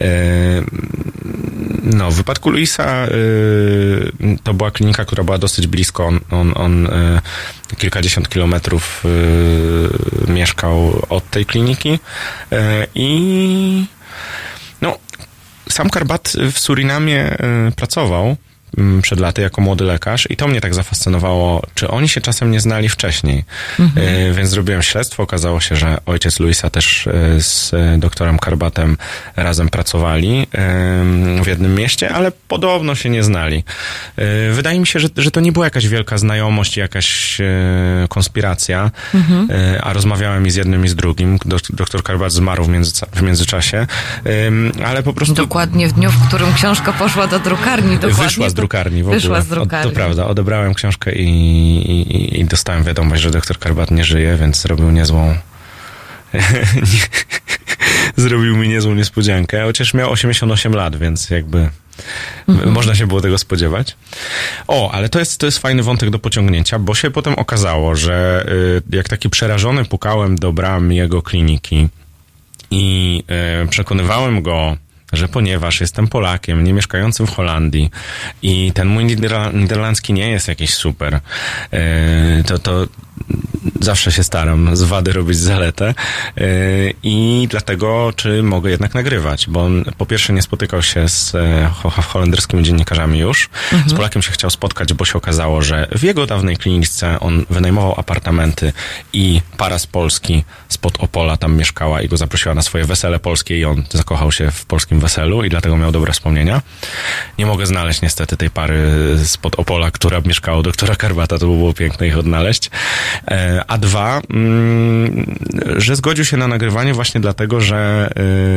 No, w wypadku Luisa to była klinika, która była dosyć blisko. On kilkadziesiąt kilometrów mieszkał od tej kliniki i no, sam Karbat w Surinamie pracował przed laty jako młody lekarz i to mnie tak zafascynowało, czy oni się czasem nie znali wcześniej. Więc zrobiłem śledztwo, okazało się, że ojciec Luisa też z doktorem Karbatem razem pracowali w jednym mieście, ale podobno się nie znali. Wydaje mi się, że to nie była jakaś wielka znajomość, jakaś konspiracja, a rozmawiałem i z jednym i z drugim. Doktor Karbat zmarł w międzyczasie, ale po prostu... Dokładnie w dniu, w którym książka poszła do drukarni. Wyszła z drukarni w ogóle. Wyszła z drukarni. To prawda, odebrałem książkę i dostałem wiadomość, że doktor Karbat nie żyje, więc zrobił niezłą... zrobił mi niezłą niespodziankę, chociaż miał 88 lat, więc jakby można się było tego spodziewać. Ale to jest fajny wątek do pociągnięcia, bo się potem okazało, że jak taki przerażony pukałem do bram jego kliniki i przekonywałem go, że ponieważ jestem Polakiem, nie mieszkającym w Holandii i ten mój niderlandzki nie jest jakiś super, to zawsze się staram z wady robić zaletę i dlatego, czy mogę jednak nagrywać, bo on po pierwsze nie spotykał się z holenderskimi dziennikarzami już, z Polakiem się chciał spotkać, bo się okazało, że w jego dawnej kliniczce on wynajmował apartamenty i para z Polski spod Opola tam mieszkała i go zaprosiła na swoje wesele polskie i on zakochał się w polskim weselu i dlatego miał dobre wspomnienia. Nie mogę znaleźć niestety tej pary spod Opola, która mieszkała u doktora Karbata, to by było piękne ich odnaleźć. A dwa, że zgodził się na nagrywanie właśnie dlatego, że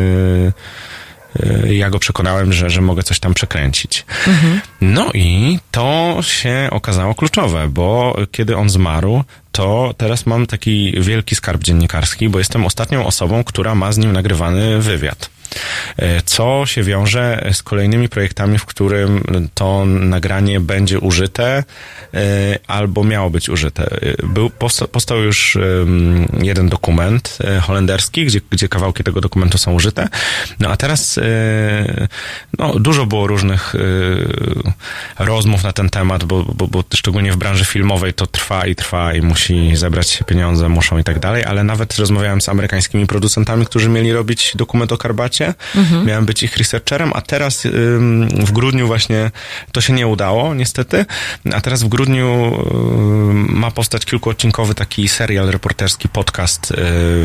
ja go przekonałem, że mogę coś tam przekręcić. No i to się okazało kluczowe, bo kiedy on zmarł, to teraz mam taki wielki skarb dziennikarski, bo jestem ostatnią osobą, która ma z nim nagrywany wywiad. Co się wiąże z kolejnymi projektami, w którym to nagranie będzie użyte albo miało być użyte. Powstał już jeden dokument holenderski, gdzie kawałki tego dokumentu są użyte. No a teraz dużo było różnych rozmów na ten temat, bo szczególnie w branży filmowej to trwa i musi zebrać się pieniądze, muszą i tak dalej, ale nawet rozmawiałem z amerykańskimi producentami, którzy mieli robić dokument o Karbacie. Miałem być ich researcherem, a teraz w grudniu właśnie to się nie udało, niestety, a teraz w grudniu ma powstać kilkuodcinkowy taki serial reporterski, podcast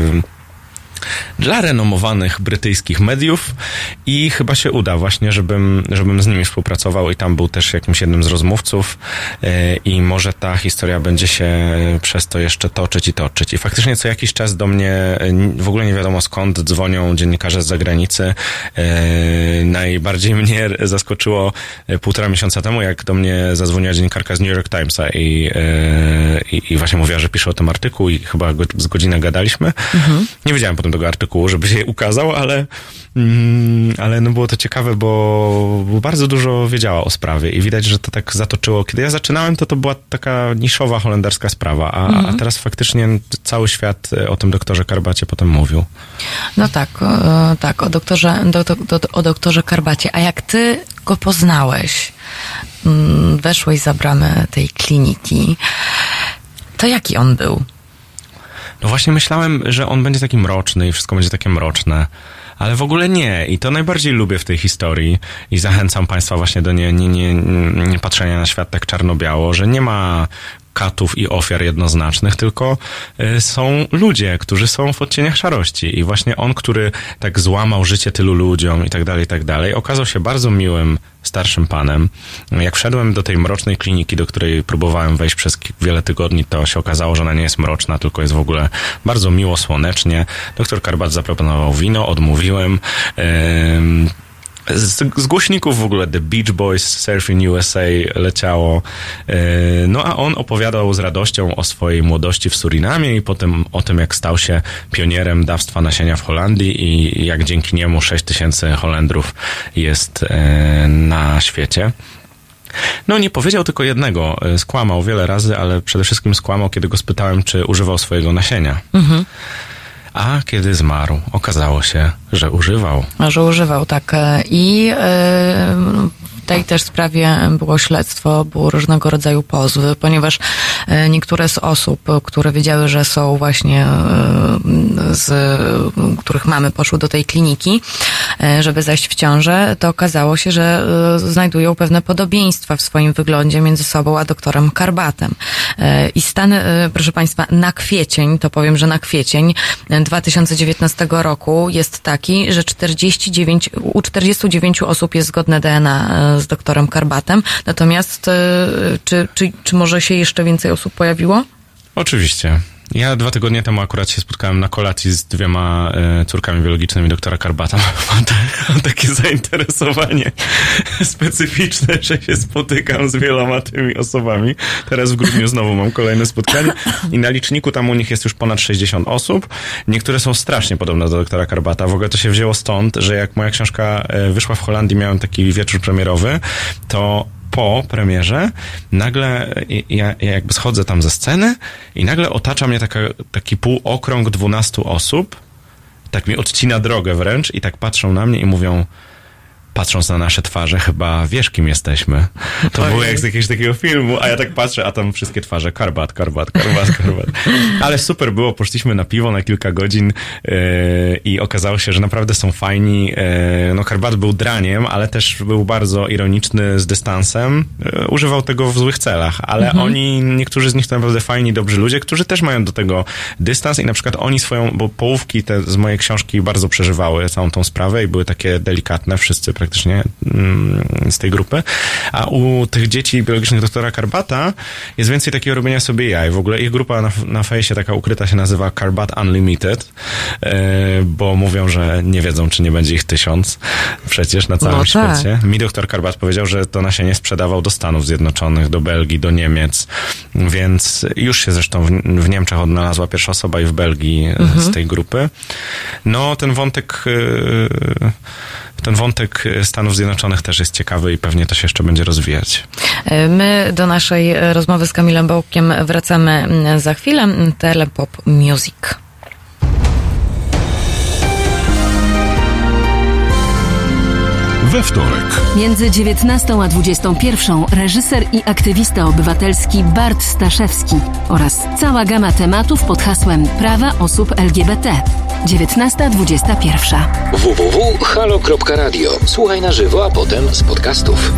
dla renomowanych brytyjskich mediów i chyba się uda właśnie, żebym z nimi współpracował i tam był też jakimś jednym z rozmówców i może ta historia będzie się przez to jeszcze toczyć. I faktycznie co jakiś czas do mnie, w ogóle nie wiadomo skąd, dzwonią dziennikarze z zagranicy. Najbardziej mnie zaskoczyło 1,5 miesiąca temu, jak do mnie zadzwoniła dziennikarka z New York Timesa i właśnie mówiła, że pisze o tym artykuł i chyba z godzinę gadaliśmy. Nie wiedziałem potem tego artykułu, żeby się ukazał, ale no było to ciekawe, bo bardzo dużo wiedziała o sprawie i widać, że to tak zatoczyło. Kiedy ja zaczynałem, to była taka niszowa holenderska sprawa, a teraz faktycznie cały świat o tym doktorze Karbacie potem mówił. No tak, o doktorze Karbacie. A jak ty go poznałeś, weszłeś za bramę tej kliniki, to jaki on był? No właśnie myślałem, że on będzie taki mroczny i wszystko będzie takie mroczne, ale w ogóle nie. I to najbardziej lubię w tej historii i zachęcam Państwa właśnie do nie patrzenia na świat tak czarno-biało, że nie ma katów i ofiar jednoznacznych, tylko są ludzie, którzy są w odcieniach szarości. I właśnie on, który tak złamał życie tylu ludziom i tak dalej, okazał się bardzo miłym, starszym panem. Jak wszedłem do tej mrocznej kliniki, do której próbowałem wejść przez wiele tygodni, to się okazało, że ona nie jest mroczna, tylko jest w ogóle bardzo miło, słonecznie. Doktor Karbat zaproponował wino, odmówiłem. Z głośników w ogóle The Beach Boys, Surfing USA leciało. No a on opowiadał z radością o swojej młodości w Surinamie i potem o tym, jak stał się pionierem dawstwa nasienia w Holandii i jak dzięki niemu 6000 Holendrów jest na świecie. No nie powiedział tylko jednego. Skłamał wiele razy, ale przede wszystkim skłamał, kiedy go spytałem, czy używał swojego nasienia. Mhm. A kiedy zmarł, okazało się, że używał. Że używał, tak. I w tej też sprawie było śledztwo, było różnego rodzaju pozwy, ponieważ niektóre z osób, które wiedziały, że są właśnie których mamy poszły do tej kliniki, żeby zajść w ciążę, to okazało się, że znajdują pewne podobieństwa w swoim wyglądzie między sobą a doktorem Karbatem. I stan, proszę Państwa, na kwiecień, to powiem, że na kwiecień 2019 roku jest taki, że u 49 osób jest zgodne DNA z doktorem Karbatem. Natomiast czy może się jeszcze więcej osób pojawiło? Oczywiście. Ja 2 tygodnie temu akurat się spotkałem na kolacji z 2 córkami biologicznymi doktora Karbata. Mam takie zainteresowanie specyficzne, że się spotykam z wieloma tymi osobami. Teraz w grudniu znowu mam kolejne spotkanie i na liczniku tam u nich jest już ponad 60 osób. Niektóre są strasznie podobne do doktora Karbata. W ogóle to się wzięło stąd, że jak moja książka wyszła w Holandii, miałem taki wieczór premierowy, to po premierze nagle ja jakby schodzę tam ze sceny i nagle otacza mnie taki półokrąg 12 osób, tak mi odcina drogę wręcz i tak patrzą na mnie i mówią, patrząc na nasze twarze, chyba wiesz, kim jesteśmy. To było jak z jakiegoś takiego filmu, a ja tak patrzę, a tam wszystkie twarze Karbat. Ale super było, poszliśmy na piwo na kilka godzin i okazało się, że naprawdę są fajni. No Karbat był draniem, ale też był bardzo ironiczny, z dystansem. Używał tego w złych celach, ale niektórzy z nich to naprawdę fajni, dobrzy ludzie, którzy też mają do tego dystans i na przykład oni bo połówki te z mojej książki bardzo przeżywały całą tą sprawę i były takie delikatne, wszyscy praktycznie z tej grupy, a u tych dzieci biologicznych doktora Karbata jest więcej takiego robienia sobie jaj. W ogóle ich grupa na fejsie taka ukryta się nazywa Karbat Unlimited, bo mówią, że nie wiedzą, czy nie będzie ich 1000 przecież na całym świecie. Mi doktor Karbat powiedział, że to nasienie sprzedawał do Stanów Zjednoczonych, do Belgii, do Niemiec, więc już się zresztą w Niemczech odnalazła pierwsza osoba i w Belgii z tej grupy. No, ten wątek Stanów Zjednoczonych też jest ciekawy i pewnie to się jeszcze będzie rozwijać. My do naszej rozmowy z Kamilem Bałkiem wracamy za chwilę. Telepop Music. We wtorek. Między 19 a 21 reżyser i aktywista obywatelski Bart Staszewski oraz cała gama tematów pod hasłem Prawa osób LGBT. 19:21. www.halo.radio. Słuchaj na żywo, a potem z podcastów.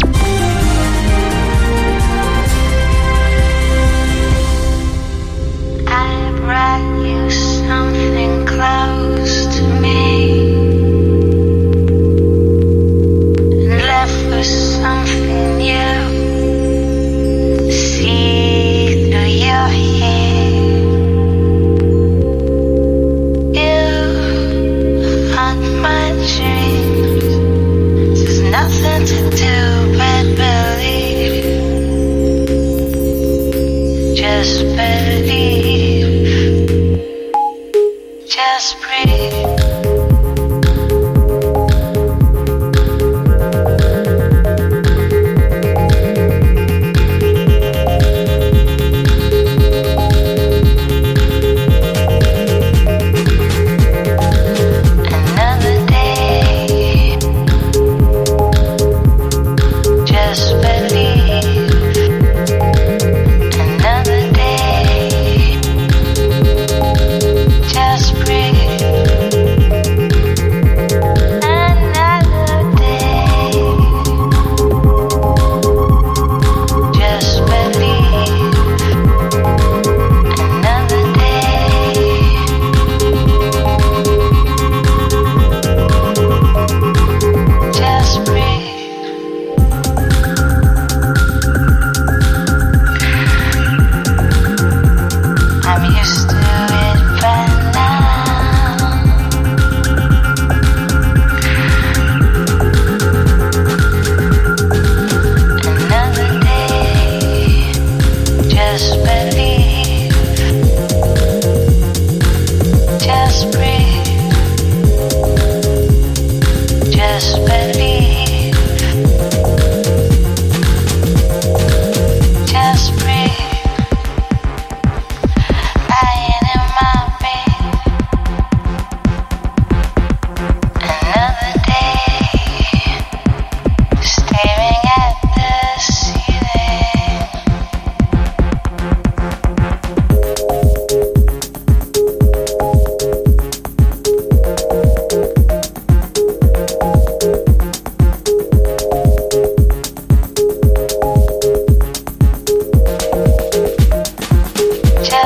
I brought you something close to me. Something new, see through your hair. You haunt my dreams. There's nothing to do but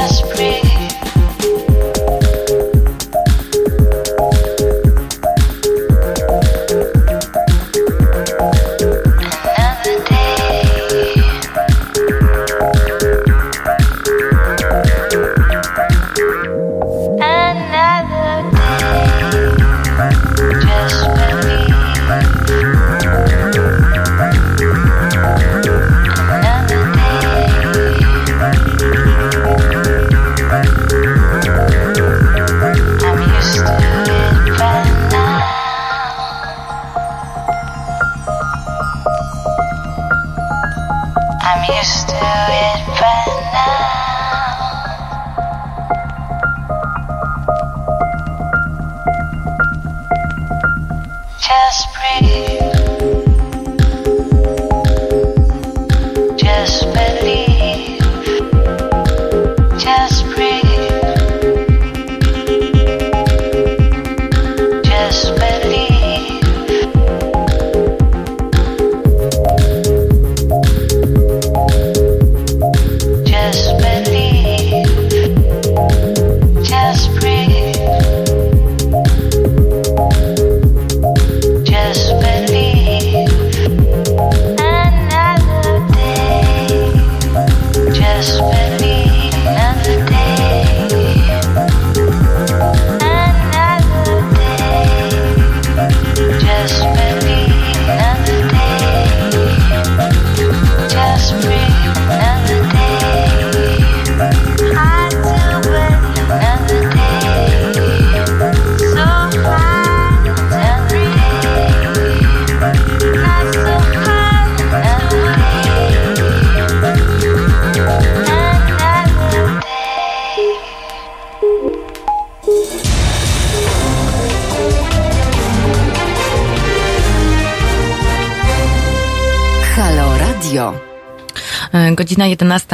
Godzina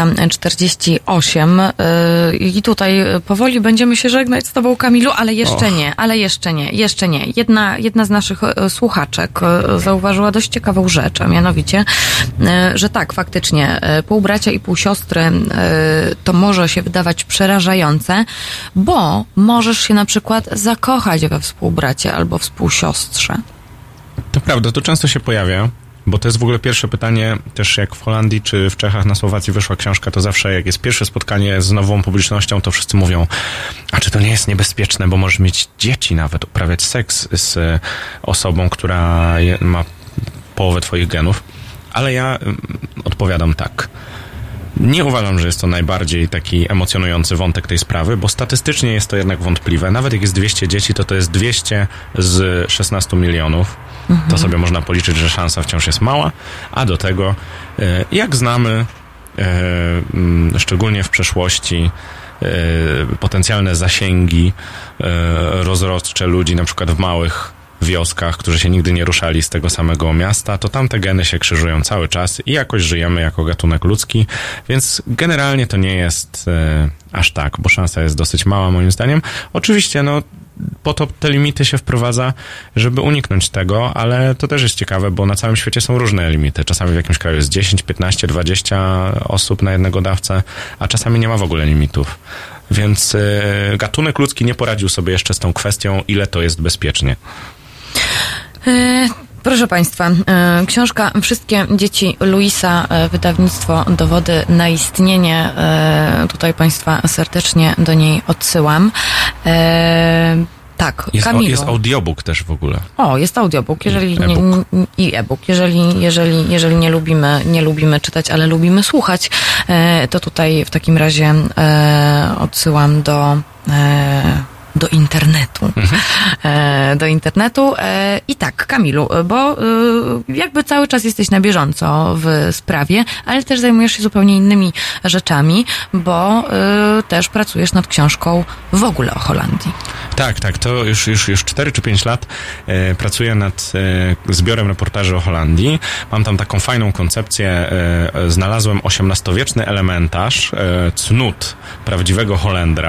11:48 i tutaj powoli będziemy się żegnać z tobą, Kamilu, ale jeszcze nie. Jedna z naszych słuchaczek zauważyła dość ciekawą rzecz, a mianowicie, że tak, faktycznie półbracia i półsiostry to może się wydawać przerażające, bo możesz się na przykład zakochać we współbracie albo współsiostrze. To prawda, to często się pojawia. Bo to jest w ogóle pierwsze pytanie, też jak w Holandii czy w Czechach, na Słowacji wyszła książka, to zawsze jak jest pierwsze spotkanie z nową publicznością, to wszyscy mówią, a czy to nie jest niebezpieczne, bo możesz mieć dzieci nawet, uprawiać seks z osobą, która ma połowę twoich genów. Ale ja odpowiadam tak. Nie uważam, że jest to najbardziej taki emocjonujący wątek tej sprawy, bo statystycznie jest to jednak wątpliwe. Nawet jak jest 200 dzieci, to jest 200 z 16 milionów. To sobie można policzyć, że szansa wciąż jest mała, a do tego, jak znamy, szczególnie w przeszłości, potencjalne zasięgi rozrodcze ludzi, na przykład w małych wioskach, którzy się nigdy nie ruszali z tego samego miasta, to tam te geny się krzyżują cały czas i jakoś żyjemy jako gatunek ludzki, więc generalnie to nie jest aż tak, bo szansa jest dosyć mała moim zdaniem. Oczywiście, po to te limity się wprowadza, żeby uniknąć tego, ale to też jest ciekawe, bo na całym świecie są różne limity. Czasami w jakimś kraju jest 10, 15, 20 osób na jednego dawcę, a czasami nie ma w ogóle limitów. Więc gatunek ludzki nie poradził sobie jeszcze z tą kwestią, ile to jest bezpiecznie. Proszę Państwa, książka Wszystkie dzieci Luisa, wydawnictwo Dowody na istnienie. Tutaj Państwa serdecznie do niej odsyłam. Tak, Kamilu. Jest audiobook też w ogóle. Jest audiobook, i e-book. Jeżeli nie lubimy czytać, ale lubimy słuchać, to tutaj w takim razie odsyłam do internetu. Do internetu. I tak, Kamilu, bo jakby cały czas jesteś na bieżąco w sprawie, ale też zajmujesz się zupełnie innymi rzeczami, bo też pracujesz nad książką w ogóle o Holandii. Tak, to już 4 czy 5 lat pracuję nad zbiorem reportaży o Holandii. Mam tam taką fajną koncepcję. Znalazłem XVIII-wieczny elementarz, cnut prawdziwego Holendra,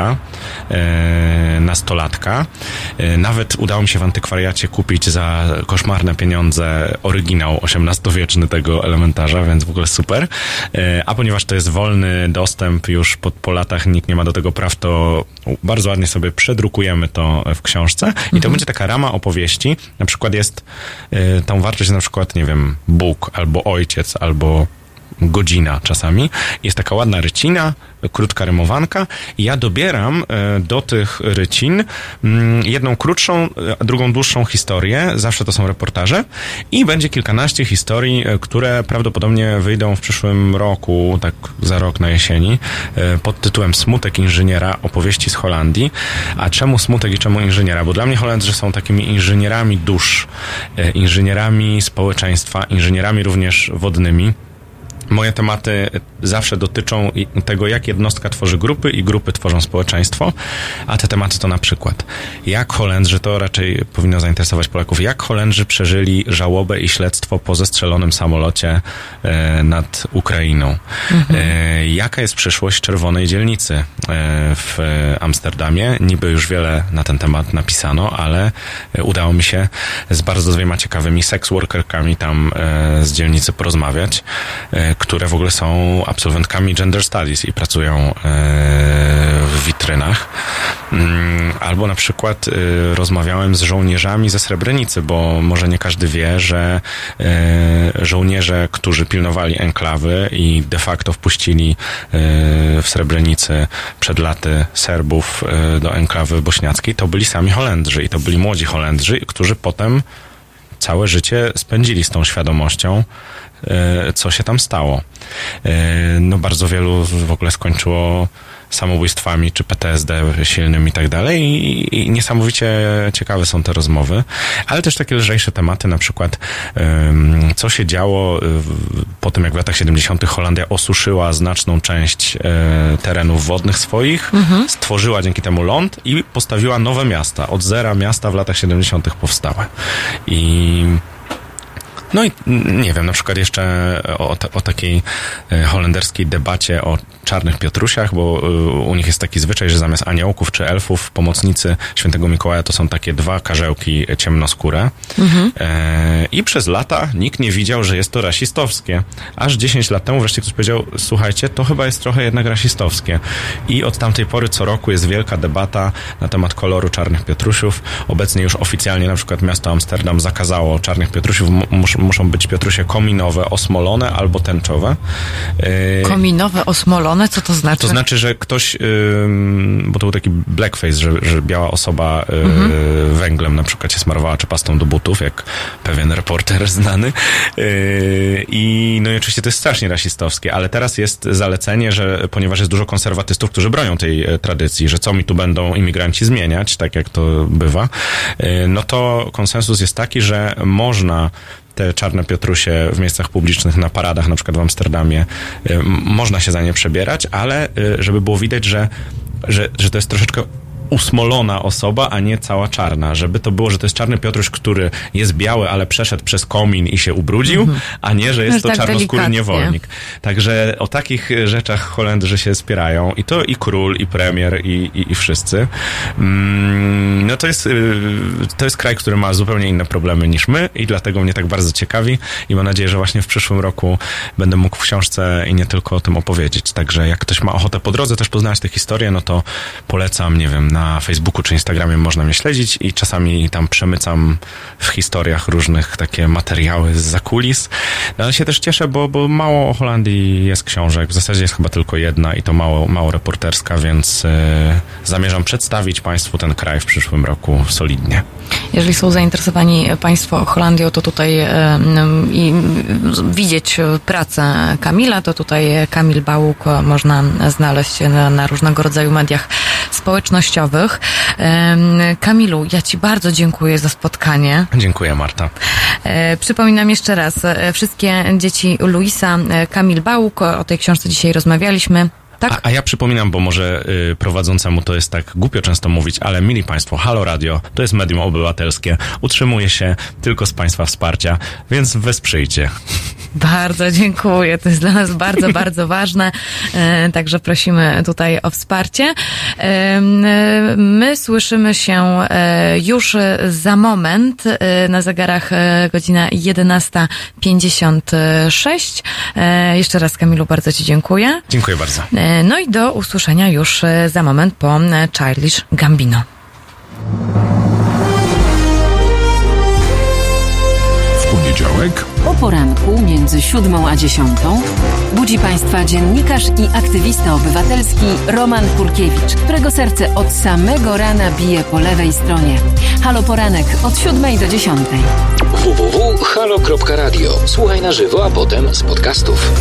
nastolatka. Nawet udało mi się w antykwariacie kupić za koszmarne pieniądze oryginał XVIII-wieczny tego elementarza, więc w ogóle super. A ponieważ to jest wolny dostęp, już po latach nikt nie ma do tego praw, to bardzo ładnie sobie przedrukujemy to w książce i to będzie taka rama opowieści. Na przykład jest tą wartość, na przykład, nie wiem, Bóg, albo ojciec, albo godzina czasami. Jest taka ładna rycina, krótka rymowanka i ja dobieram do tych rycin jedną krótszą, a drugą dłuższą historię. Zawsze to są reportaże i będzie kilkanaście historii, które prawdopodobnie wyjdą w przyszłym roku, tak za rok na jesieni, pod tytułem Smutek inżyniera, opowieści z Holandii. A czemu smutek i czemu inżyniera? Bo dla mnie Holendrzy są takimi inżynierami dusz, inżynierami społeczeństwa, inżynierami również wodnymi. Moje tematy zawsze dotyczą tego, jak jednostka tworzy grupy i grupy tworzą społeczeństwo, a te tematy to na przykład jak Holendrzy, to raczej powinno zainteresować Polaków, jak Holendrzy przeżyli żałobę i śledztwo po zestrzelonym samolocie nad Ukrainą. Jaka jest przyszłość Czerwonej Dzielnicy w Amsterdamie? Niby już wiele na ten temat napisano, ale udało mi się z bardzo dwiema ciekawymi sex-workerkami tam z dzielnicy porozmawiać, które w ogóle są absolwentkami Gender Studies i pracują w witrynach. Albo na przykład rozmawiałem z żołnierzami ze Srebrenicy, bo może nie każdy wie, że żołnierze, którzy pilnowali enklawy i de facto wpuścili w Srebrenicy przed laty Serbów do enklawy bośniackiej, to byli sami Holendrzy i to byli młodzi Holendrzy, którzy potem całe życie spędzili z tą świadomością, co się tam stało. No bardzo wielu w ogóle skończyło samobójstwami czy PTSD silnym i tak dalej i niesamowicie ciekawe są te rozmowy, ale też takie lżejsze tematy, na przykład co się działo po tym, jak w latach 70. Holandia osuszyła znaczną część terenów wodnych swoich, stworzyła dzięki temu ląd i postawiła nowe miasta. Od zera miasta w latach 70. powstałe. No i nie wiem, na przykład jeszcze o takiej holenderskiej debacie o czarnych Piotrusiach, bo u nich jest taki zwyczaj, że zamiast aniołków czy elfów, pomocnicy świętego Mikołaja to są takie dwa karzełki ciemnoskóre. I przez lata nikt nie widział, że jest to rasistowskie. Aż 10 lat temu wreszcie ktoś powiedział, słuchajcie, to chyba jest trochę jednak rasistowskie. I od tamtej pory co roku jest wielka debata na temat koloru czarnych Piotrusiów. Obecnie już oficjalnie na przykład miasto Amsterdam zakazało czarnych Piotrusiów. Muszą być Piotrusie kominowe, osmolone albo tęczowe. Kominowe, osmolone? Co to znaczy? To znaczy, że ktoś, bo to był taki blackface, że biała osoba węglem na przykład się smarowała, czy pastą do butów, jak pewien reporter znany. I no i oczywiście to jest strasznie rasistowskie, ale teraz jest zalecenie, że ponieważ jest dużo konserwatystów, którzy bronią tej tradycji, że co mi tu będą imigranci zmieniać, tak jak to bywa, no to konsensus jest taki, że można te czarne Piotrusie w miejscach publicznych, na paradach, na przykład w Amsterdamie, można się za nie przebierać, ale żeby było widać, że to jest troszeczkę usmolona osoba, a nie cała czarna. Żeby to było, że to jest czarny Piotruś, który jest biały, ale przeszedł przez komin i się ubrudził, a nie, że jest to tak czarnoskóry niewolnik. Także o takich rzeczach Holendrzy się spierają. I to i król, i premier, i wszyscy. No to jest kraj, który ma zupełnie inne problemy niż my i dlatego mnie tak bardzo ciekawi i mam nadzieję, że właśnie w przyszłym roku będę mógł w książce i nie tylko o tym opowiedzieć. Także jak ktoś ma ochotę po drodze też poznać tę historię, no to polecam, nie wiem, na Facebooku czy Instagramie można mnie śledzić i czasami tam przemycam w historiach różnych takie materiały z zakulis. No, ale się też cieszę, bo mało o Holandii jest książek. W zasadzie jest chyba tylko jedna i to mało reporterska, więc zamierzam przedstawić Państwu ten kraj w przyszłym roku solidnie. Jeżeli są zainteresowani Państwo Holandią, to tutaj i widzieć pracę Kamila, to tutaj Kamil Bałuk można znaleźć na różnego rodzaju mediach społecznościowych. Kamilu, ja Ci bardzo dziękuję za spotkanie. Dziękuję, Marta. Przypominam jeszcze raz, wszystkie dzieci Luisa, Kamil Bałuk, o tej książce dzisiaj rozmawialiśmy. Tak? A ja przypominam, bo może prowadzącemu to jest tak głupio często mówić, ale mili Państwo, Halo Radio to jest medium obywatelskie, utrzymuje się tylko z Państwa wsparcia, więc wesprzyjcie. Bardzo dziękuję. To jest dla nas bardzo, bardzo ważne. Także prosimy tutaj o wsparcie. My słyszymy się już za moment. Na zegarach godzina 11:56. Jeszcze raz, Kamilu, bardzo Ci dziękuję. Dziękuję bardzo. No i do usłyszenia już za moment po Childish Gambino. W poniedziałek O poranku między 7 a 10 budzi Państwa dziennikarz i aktywista obywatelski Roman Kurkiewicz, którego serce od samego rana bije po lewej stronie. Halo Poranek od 7 do 10. www.halo.radio. Słuchaj na żywo, a potem z podcastów.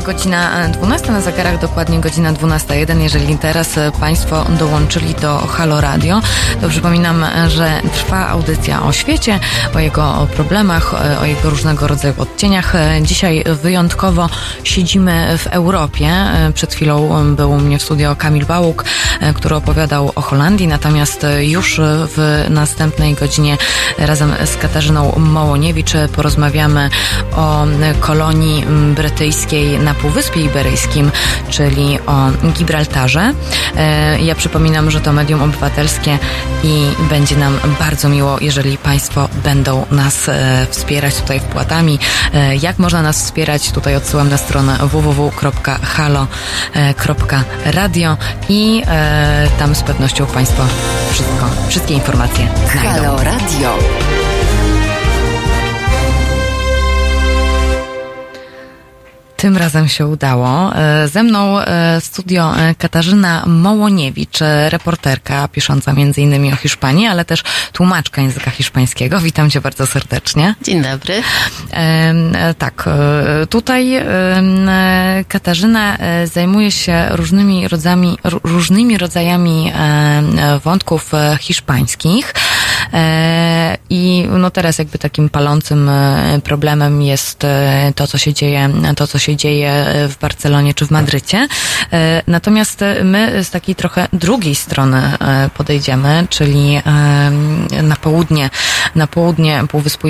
godzina 12 na zegarach, dokładnie godzina 12:01. Jeżeli teraz Państwo dołączyli do Halo Radio, to przypominam, że trwa audycja o świecie, o jego problemach, o jego różnego rodzaju odcieniach. Dzisiaj wyjątkowo siedzimy w Europie. Przed chwilą był u mnie w studio Kamil Bałuk, który opowiadał o Holandii, natomiast już w następnej godzinie razem z Katarzyną Mołoniewicz porozmawiamy o kolonii brytyjskiej na Półwyspie Iberyjskim, czyli o Gibraltarze. Ja przypominam, że to medium obywatelskie i będzie nam bardzo miło, jeżeli Państwo będą nas wspierać tutaj wpłatami. Jak można nas wspierać? Tutaj odsyłam na stronę www.halo.radio i tam z pewnością Państwo wszystkie informacje znajdą. Halo Radio. Tym razem się udało. Ze mną studio Katarzyna Mołoniewicz, reporterka pisząca m.in. o Hiszpanii, ale też tłumaczka języka hiszpańskiego. Witam Cię bardzo serdecznie. Dzień dobry. Tak, tutaj Katarzyna zajmuje się różnymi rodzajami wątków hiszpańskich. I no teraz jakby takim palącym problemem jest to, co się dzieje w Barcelonie czy w Madrycie. Natomiast my z takiej trochę drugiej strony podejdziemy, czyli na południe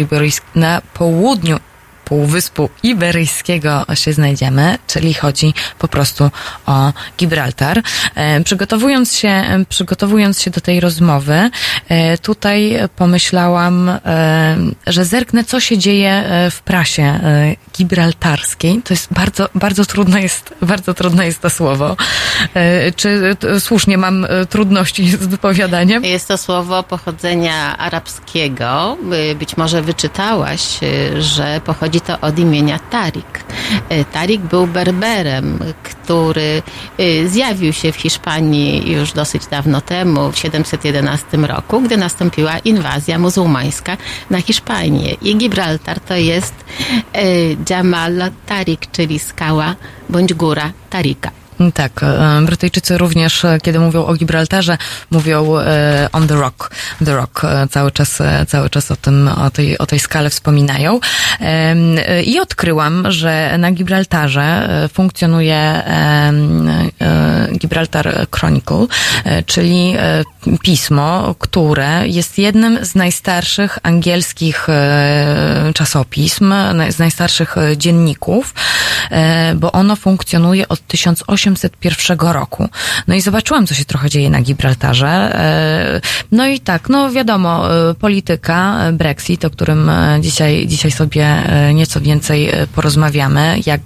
Półwyspu Iberyjskiego się znajdziemy, czyli chodzi po prostu o Gibraltar. Przygotowując się do tej rozmowy, tutaj pomyślałam, że zerknę, co się dzieje w prasie gibraltarskiej. To jest bardzo trudne jest to słowo. Czy słusznie mam trudności z wypowiadaniem? Jest to słowo pochodzenia arabskiego. Być może wyczytałaś, że pochodzi to od imienia Tarik. Tarik był Berberem, który zjawił się w Hiszpanii już dosyć dawno temu, w 711 roku, gdy nastąpiła inwazja muzułmańska na Hiszpanię. I Gibraltar to jest Jamal Tarik, czyli skała bądź góra Tarika. Tak, Brytyjczycy również, kiedy mówią o Gibraltarze, mówią on the rock. The rock cały czas o tej skale wspominają. I odkryłam, że na Gibraltarze funkcjonuje Gibraltar Chronicle, czyli pismo, które jest jednym z najstarszych angielskich czasopism, z najstarszych dzienników, bo ono funkcjonuje od 1801 roku. No i zobaczyłam, co się trochę dzieje na Gibraltarze. No i tak, no wiadomo, polityka, Brexit, o którym dzisiaj sobie nieco więcej porozmawiamy, jak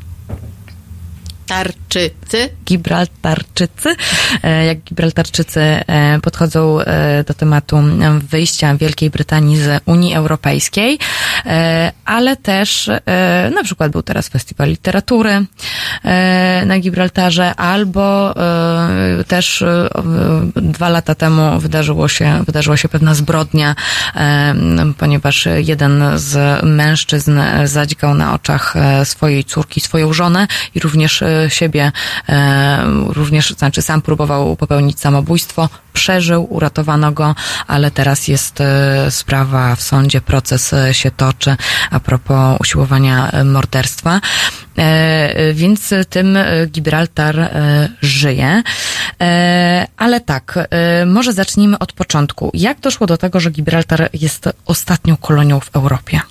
Gibraltarczycy podchodzą do tematu wyjścia Wielkiej Brytanii z Unii Europejskiej, ale też na przykład był teraz festiwal literatury na Gibraltarze, albo też 2 lata temu wydarzyła się pewna zbrodnia, ponieważ jeden z mężczyzn zadźgał na oczach swojej córki, swoją żonę i również siebie, znaczy sam próbował popełnić samobójstwo, przeżył, uratowano go, ale teraz jest sprawa w sądzie, proces się toczy a propos usiłowania morderstwa. Więc tym Gibraltar żyje. Ale tak, może zacznijmy od początku. Jak doszło do tego, że Gibraltar jest ostatnią kolonią w Europie?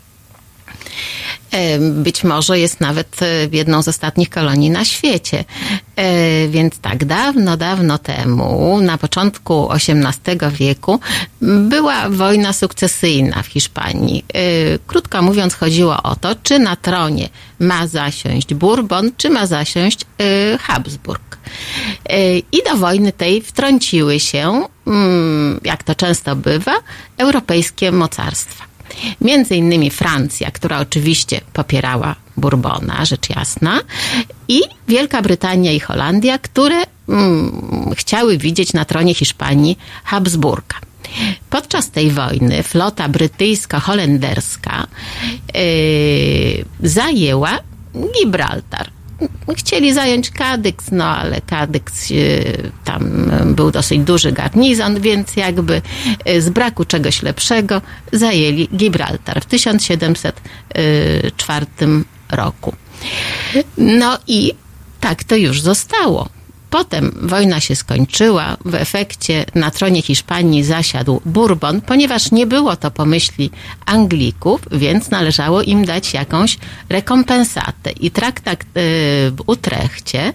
Być może jest nawet jedną z ostatnich kolonii na świecie. Więc tak, dawno temu, na początku XVIII wieku, była wojna sukcesyjna w Hiszpanii. Krótko mówiąc, chodziło o to, czy na tronie ma zasiąść Bourbon, czy ma zasiąść Habsburg. I do wojny tej wtrąciły się, jak to często bywa, europejskie mocarstwa. Między innymi Francja, która oczywiście popierała Bourbona, rzecz jasna, i Wielka Brytania i Holandia, które chciały widzieć na tronie Hiszpanii Habsburga. Podczas tej wojny flota brytyjsko-holenderska zajęła Gibraltar. Chcieli zająć Kadyks, no ale Kadyks tam był dosyć duży garnizon, więc jakby z braku czegoś lepszego zajęli Gibraltar w 1704 roku. No i tak to już zostało. Potem wojna się skończyła, w efekcie na tronie Hiszpanii zasiadł Bourbon, ponieważ nie było to po myśli Anglików, więc należało im dać jakąś rekompensatę. I traktat w Utrechcie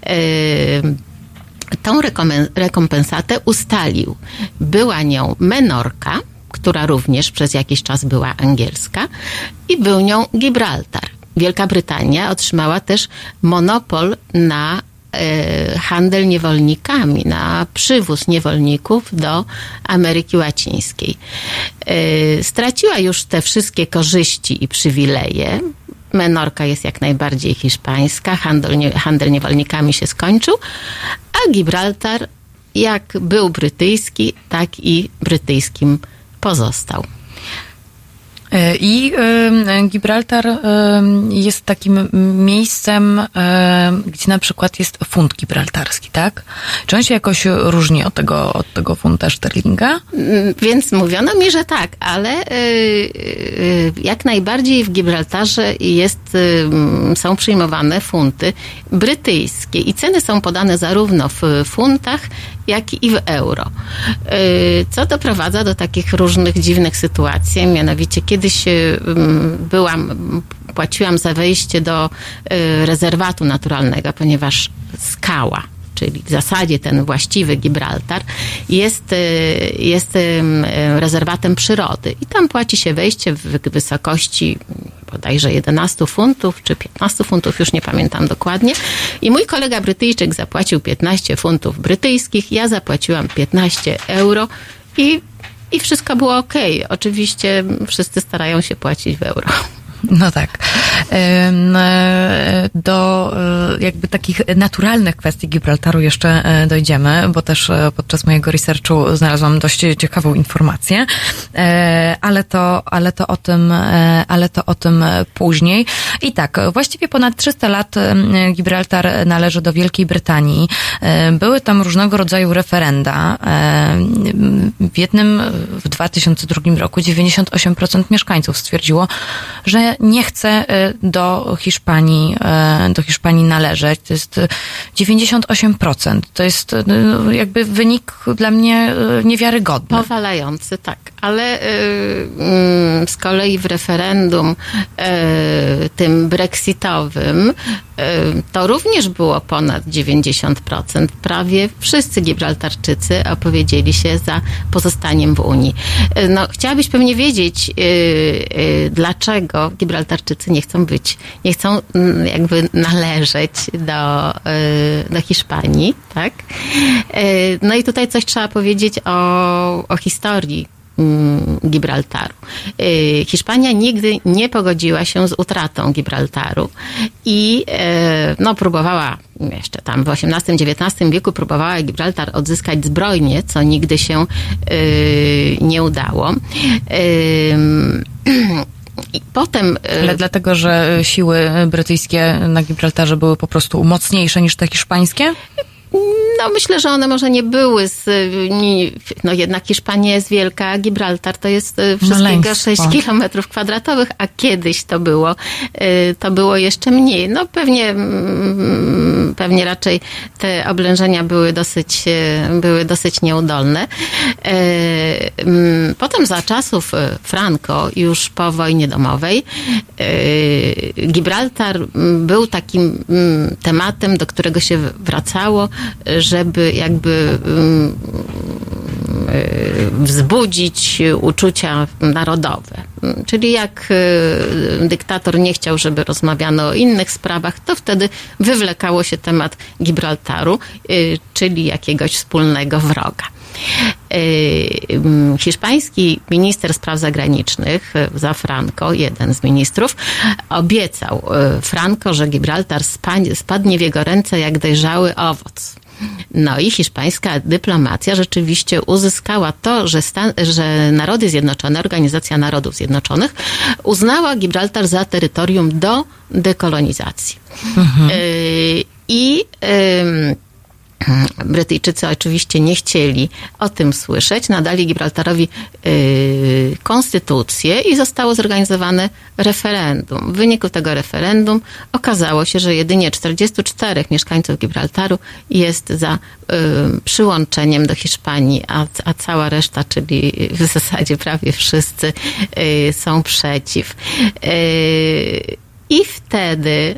tą rekompensatę ustalił. Była nią Menorka, która również przez jakiś czas była angielska, i był nią Gibraltar. Wielka Brytania otrzymała też monopol na handel niewolnikami, na przywóz niewolników do Ameryki Łacińskiej. Straciła już te wszystkie korzyści i przywileje. Menorka jest jak najbardziej hiszpańska, handel niewolnikami się skończył, a Gibraltar jak był brytyjski, tak i brytyjskim pozostał. I Gibraltar jest takim miejscem, gdzie na przykład jest funt gibraltarski, tak? Czy on się jakoś różni od tego funta szterlinga? Więc mówiono mi, że tak, ale jak najbardziej w Gibraltarze są przyjmowane funty brytyjskie i ceny są podane zarówno w funtach, jak i w euro. Co doprowadza do takich różnych dziwnych sytuacji, mianowicie kiedyś płaciłam za wejście do rezerwatu naturalnego, ponieważ skała, czyli w zasadzie ten właściwy Gibraltar, jest rezerwatem przyrody. I tam płaci się wejście w wysokości bodajże 11 funtów, czy 15 funtów, już nie pamiętam dokładnie. I mój kolega Brytyjczyk zapłacił 15 funtów brytyjskich, ja zapłaciłam 15 euro i wszystko było okej. Oczywiście wszyscy starają się płacić w euro. No tak. Do jakby takich naturalnych kwestii Gibraltaru jeszcze dojdziemy, bo też podczas mojego researchu znalazłam dość ciekawą informację, ale to o tym później. I tak, właściwie ponad 300 lat Gibraltar należy do Wielkiej Brytanii. Były tam różnego rodzaju referenda. W jednym w 2002 roku 98% mieszkańców stwierdziło, że nie chce do Hiszpanii należeć. To jest 98%. To jest jakby wynik dla mnie niewiarygodny. Powalający, tak. Ale z kolei w referendum tym brexitowym to również było ponad 90%. Prawie wszyscy Gibraltarczycy opowiedzieli się za pozostaniem w Unii. No, chciałabyś pewnie wiedzieć, dlaczego Gibraltarczycy nie chcą jakby należeć do Hiszpanii, tak? No i tutaj coś trzeba powiedzieć o historii Gibraltaru. Hiszpania nigdy nie pogodziła się z utratą Gibraltaru i próbowała jeszcze tam w XVIII-XIX wieku próbowała Gibraltar odzyskać zbrojnie, co nigdy się nie udało. I potem... Ale dlatego, że siły brytyjskie na Gibraltarze były po prostu mocniejsze niż te hiszpańskie? No myślę, że one może nie były jednak Hiszpania jest wielka, a Gibraltar to jest wszystkiego 6 kilometrów kwadratowych, a kiedyś to było jeszcze mniej. No pewnie raczej te oblężenia były dosyć nieudolne. Potem za czasów Franco, już po wojnie domowej, Gibraltar był takim tematem, do którego się wracało, żeby jakby wzbudzić uczucia narodowe. Czyli jak dyktator nie chciał, żeby rozmawiano o innych sprawach, to wtedy wywlekało się temat Gibraltaru, czyli jakiegoś wspólnego wroga. Hiszpański minister spraw zagranicznych za Franco, jeden z ministrów, obiecał Franco, że Gibraltar spadnie w jego ręce jak dojrzały owoc. No i hiszpańska dyplomacja rzeczywiście uzyskała to, że Narody Zjednoczone, Organizacja Narodów Zjednoczonych uznała Gibraltar za terytorium do dekolonizacji. Brytyjczycy oczywiście nie chcieli o tym słyszeć, nadali Gibraltarowi konstytucję i zostało zorganizowane referendum. W wyniku tego referendum okazało się, że jedynie 44 mieszkańców Gibraltaru jest za przyłączeniem do Hiszpanii, a cała reszta, czyli w zasadzie prawie wszyscy są przeciw. I wtedy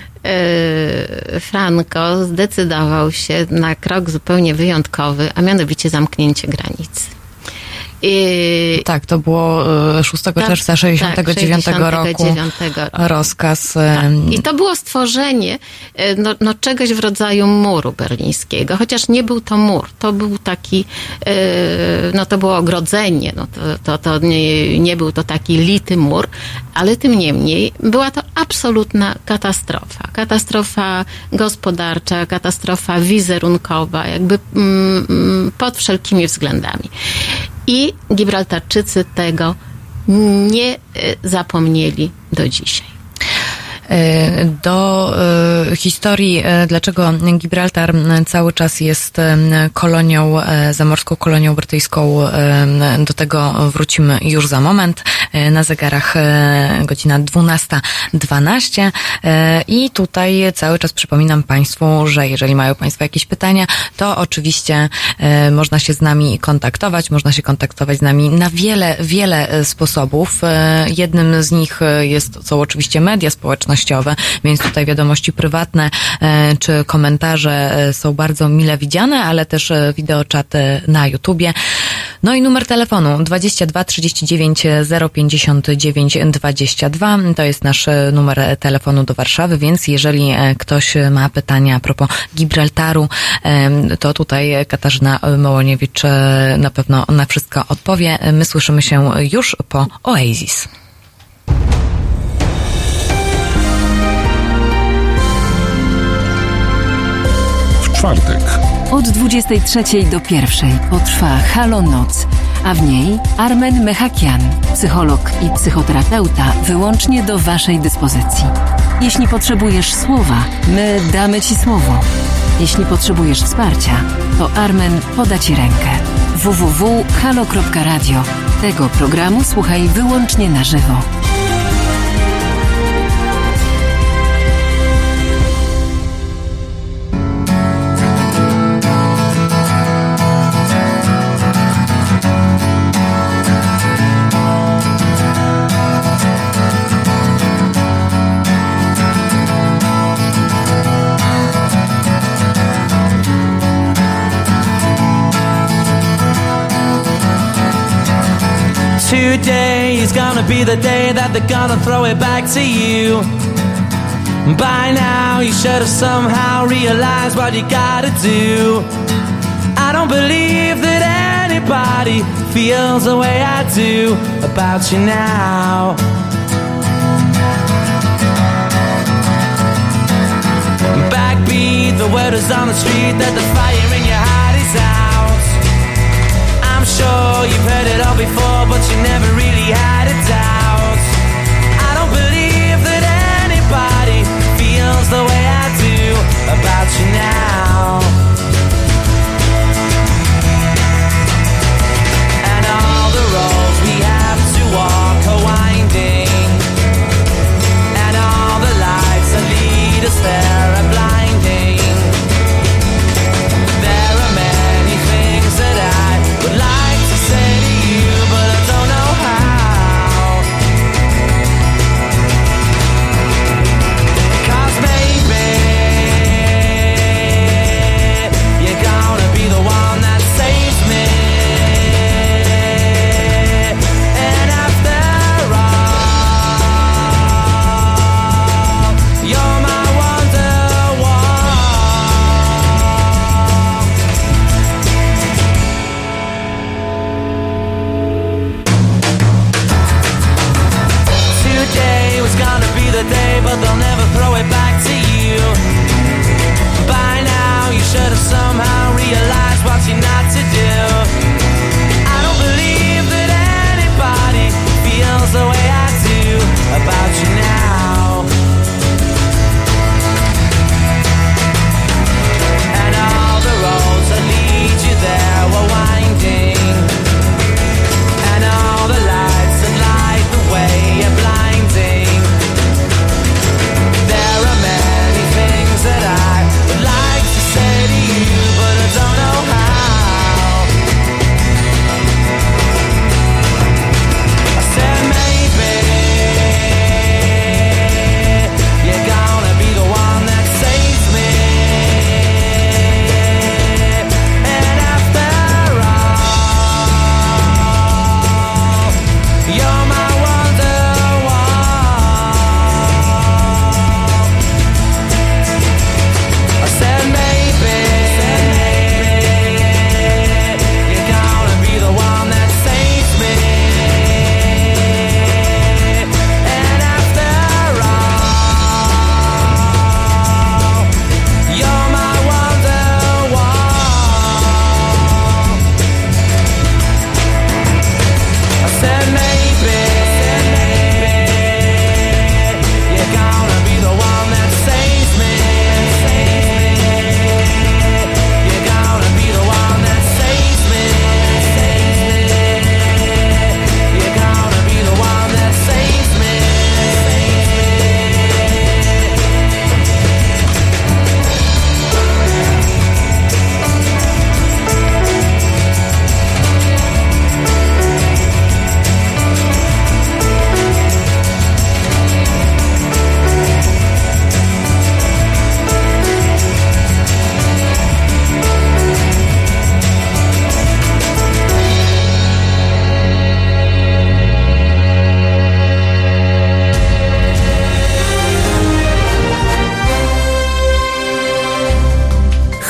Franco zdecydował się na krok zupełnie wyjątkowy, a mianowicie zamknięcie granicy. Tak, to było 6 czerwca 69 roku. Rozkaz. I to było stworzenie czegoś w rodzaju muru berlińskiego, chociaż nie był to mur, to był taki, to było ogrodzenie, to nie był to taki lity mur, ale tym niemniej była to absolutna katastrofa. Katastrofa gospodarcza, katastrofa wizerunkowa, jakby pod wszelkimi względami. I Gibraltarczycy tego nie zapomnieli do dzisiaj. Do historii, dlaczego Gibraltar cały czas jest kolonią, zamorską kolonią brytyjską, do tego wrócimy już za moment. Na zegarach godzina 12:12 i tutaj cały czas przypominam Państwu, że jeżeli mają Państwo jakieś pytania, to oczywiście można się z nami kontaktować. Można się kontaktować z nami na wiele sposobów. Jednym z nich są oczywiście media społecznościowe, więc tutaj wiadomości prywatne czy komentarze są bardzo mile widziane, ale też wideoczaty na YouTubie. No i numer telefonu 22 39 059 22. To jest nasz numer telefonu do Warszawy, więc jeżeli ktoś ma pytania a propos Gibraltaru, to tutaj Katarzyna Mołoniewicz na pewno na wszystko odpowie. My słyszymy się już po Oasis. Czwartek. Od 23 do 1 potrwa Halo Noc, a w niej Armen Mechakian, psycholog i psychoterapeuta, wyłącznie do Waszej dyspozycji. Jeśli potrzebujesz słowa, my damy Ci słowo. Jeśli potrzebujesz wsparcia, to Armen poda Ci rękę. www.halo.radio. Tego programu słuchaj wyłącznie na żywo. Today is gonna be the day that they're gonna throw it back to you. By now you should have somehow realized what you gotta do. I don't believe that anybody feels the way I do about you now. Backbeat, the word is on the street that the fire in your heart is out. I'm sure you've heard it all before, but you never really had a doubt. I don't believe that anybody feels the way I do about you now. And all the roads we have to walk are winding, and all the lights that lead us there are blinding. There are many things that I would like to say to you, but I don't know how. 'Cause maybe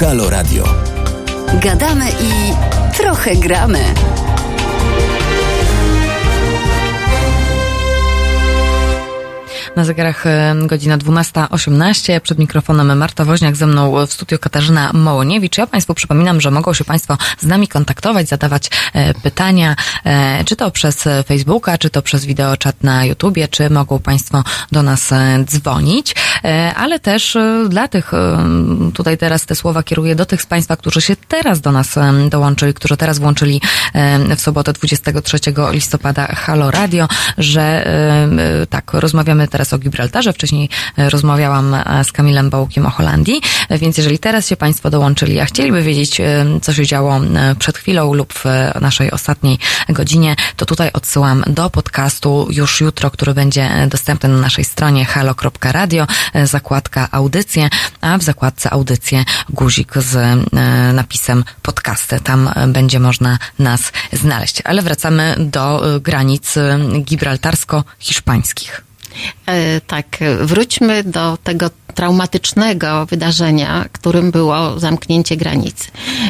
Halo Radio. Gadamy i trochę gramy. Na zegarach godzina 12:18. Przed mikrofonem Marta Woźniak, ze mną w studiu Katarzyna Mołoniewicz. Ja Państwu przypominam, że mogą się Państwo z nami kontaktować, zadawać pytania, czy to przez Facebooka, czy to przez wideoczat na YouTubie, czy mogą Państwo do nas dzwonić, ale też dla tych, tutaj teraz te słowa kieruję do tych z Państwa, którzy się teraz do nas dołączyli, którzy teraz włączyli w sobotę 23 listopada Halo Radio, że tak, rozmawiamy teraz o Gibraltarze. Wcześniej rozmawiałam z Kamilem Bałukiem o Holandii, więc jeżeli teraz się Państwo dołączyli, a chcieliby wiedzieć, co się działo przed chwilą lub w naszej ostatniej godzinie, to tutaj odsyłam do podcastu już jutro, który będzie dostępny na naszej stronie halo.radio, zakładka audycje, a w zakładce audycje guzik z napisem podcasty. Tam będzie można nas znaleźć. Ale wracamy do granic gibraltarsko-hiszpańskich. Tak, wróćmy do tego traumatycznego wydarzenia, którym było zamknięcie granicy.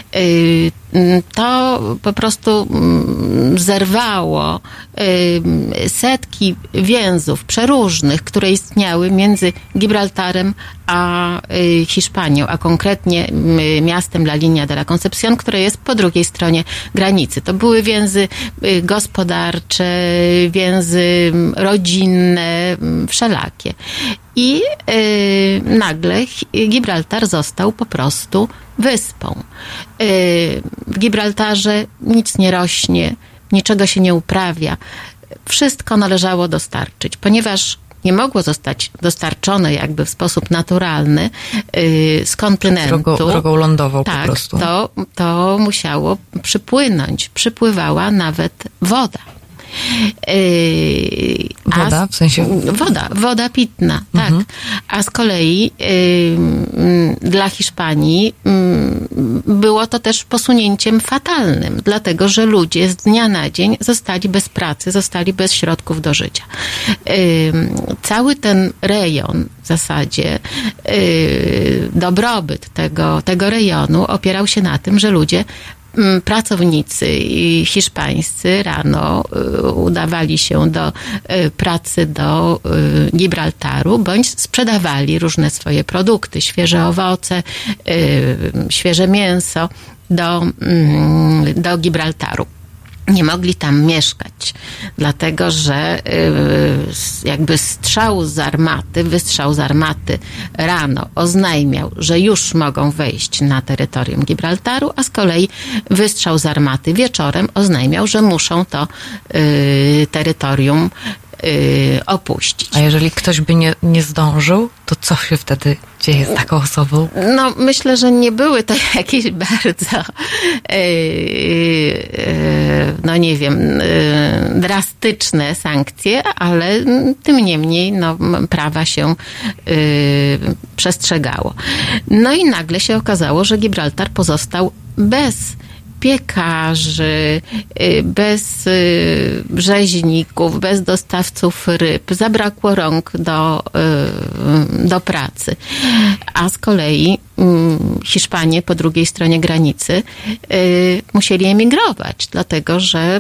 To po prostu zerwało setki więzów przeróżnych, które istniały między Gibraltarem a Hiszpanią, a konkretnie miastem La Línea de la Concepción, które jest po drugiej stronie granicy. To były więzy gospodarcze, więzy rodzinne, wszelakie. I nagle Gibraltar został po prostu wyspą. W Gibraltarze nic nie rośnie, niczego się nie uprawia. Wszystko należało dostarczyć, ponieważ nie mogło zostać dostarczone jakby w sposób naturalny z kontynentu. Drogą lądową tak, po prostu. To musiało przypłynąć. Przypływała nawet woda. Woda? W sensie? Woda pitna, tak. A z kolei dla Hiszpanii było to też posunięciem fatalnym, dlatego że ludzie z dnia na dzień zostali bez pracy, zostali bez środków do życia. Cały ten rejon w zasadzie, dobrobyt tego rejonu opierał się na tym, że ludzie, pracownicy hiszpańscy rano udawali się do pracy do Gibraltaru, bądź sprzedawali różne swoje produkty, świeże owoce, świeże mięso do Gibraltaru. Nie mogli tam mieszkać, dlatego że jakby wystrzał z armaty rano oznajmiał, że już mogą wejść na terytorium Gibraltaru, a z kolei wystrzał z armaty wieczorem oznajmiał, że muszą to terytorium opuścić. A jeżeli ktoś by nie zdążył, to co się wtedy dzieje z taką osobą? No, myślę, że nie były to jakieś bardzo no nie wiem, drastyczne sankcje, ale tym niemniej prawa się przestrzegało. No i nagle się okazało, że Gibraltar pozostał bez piekarzy, bez rzeźników, bez dostawców ryb. Zabrakło rąk do pracy. A z kolei Hiszpanie po drugiej stronie granicy musieli emigrować, dlatego że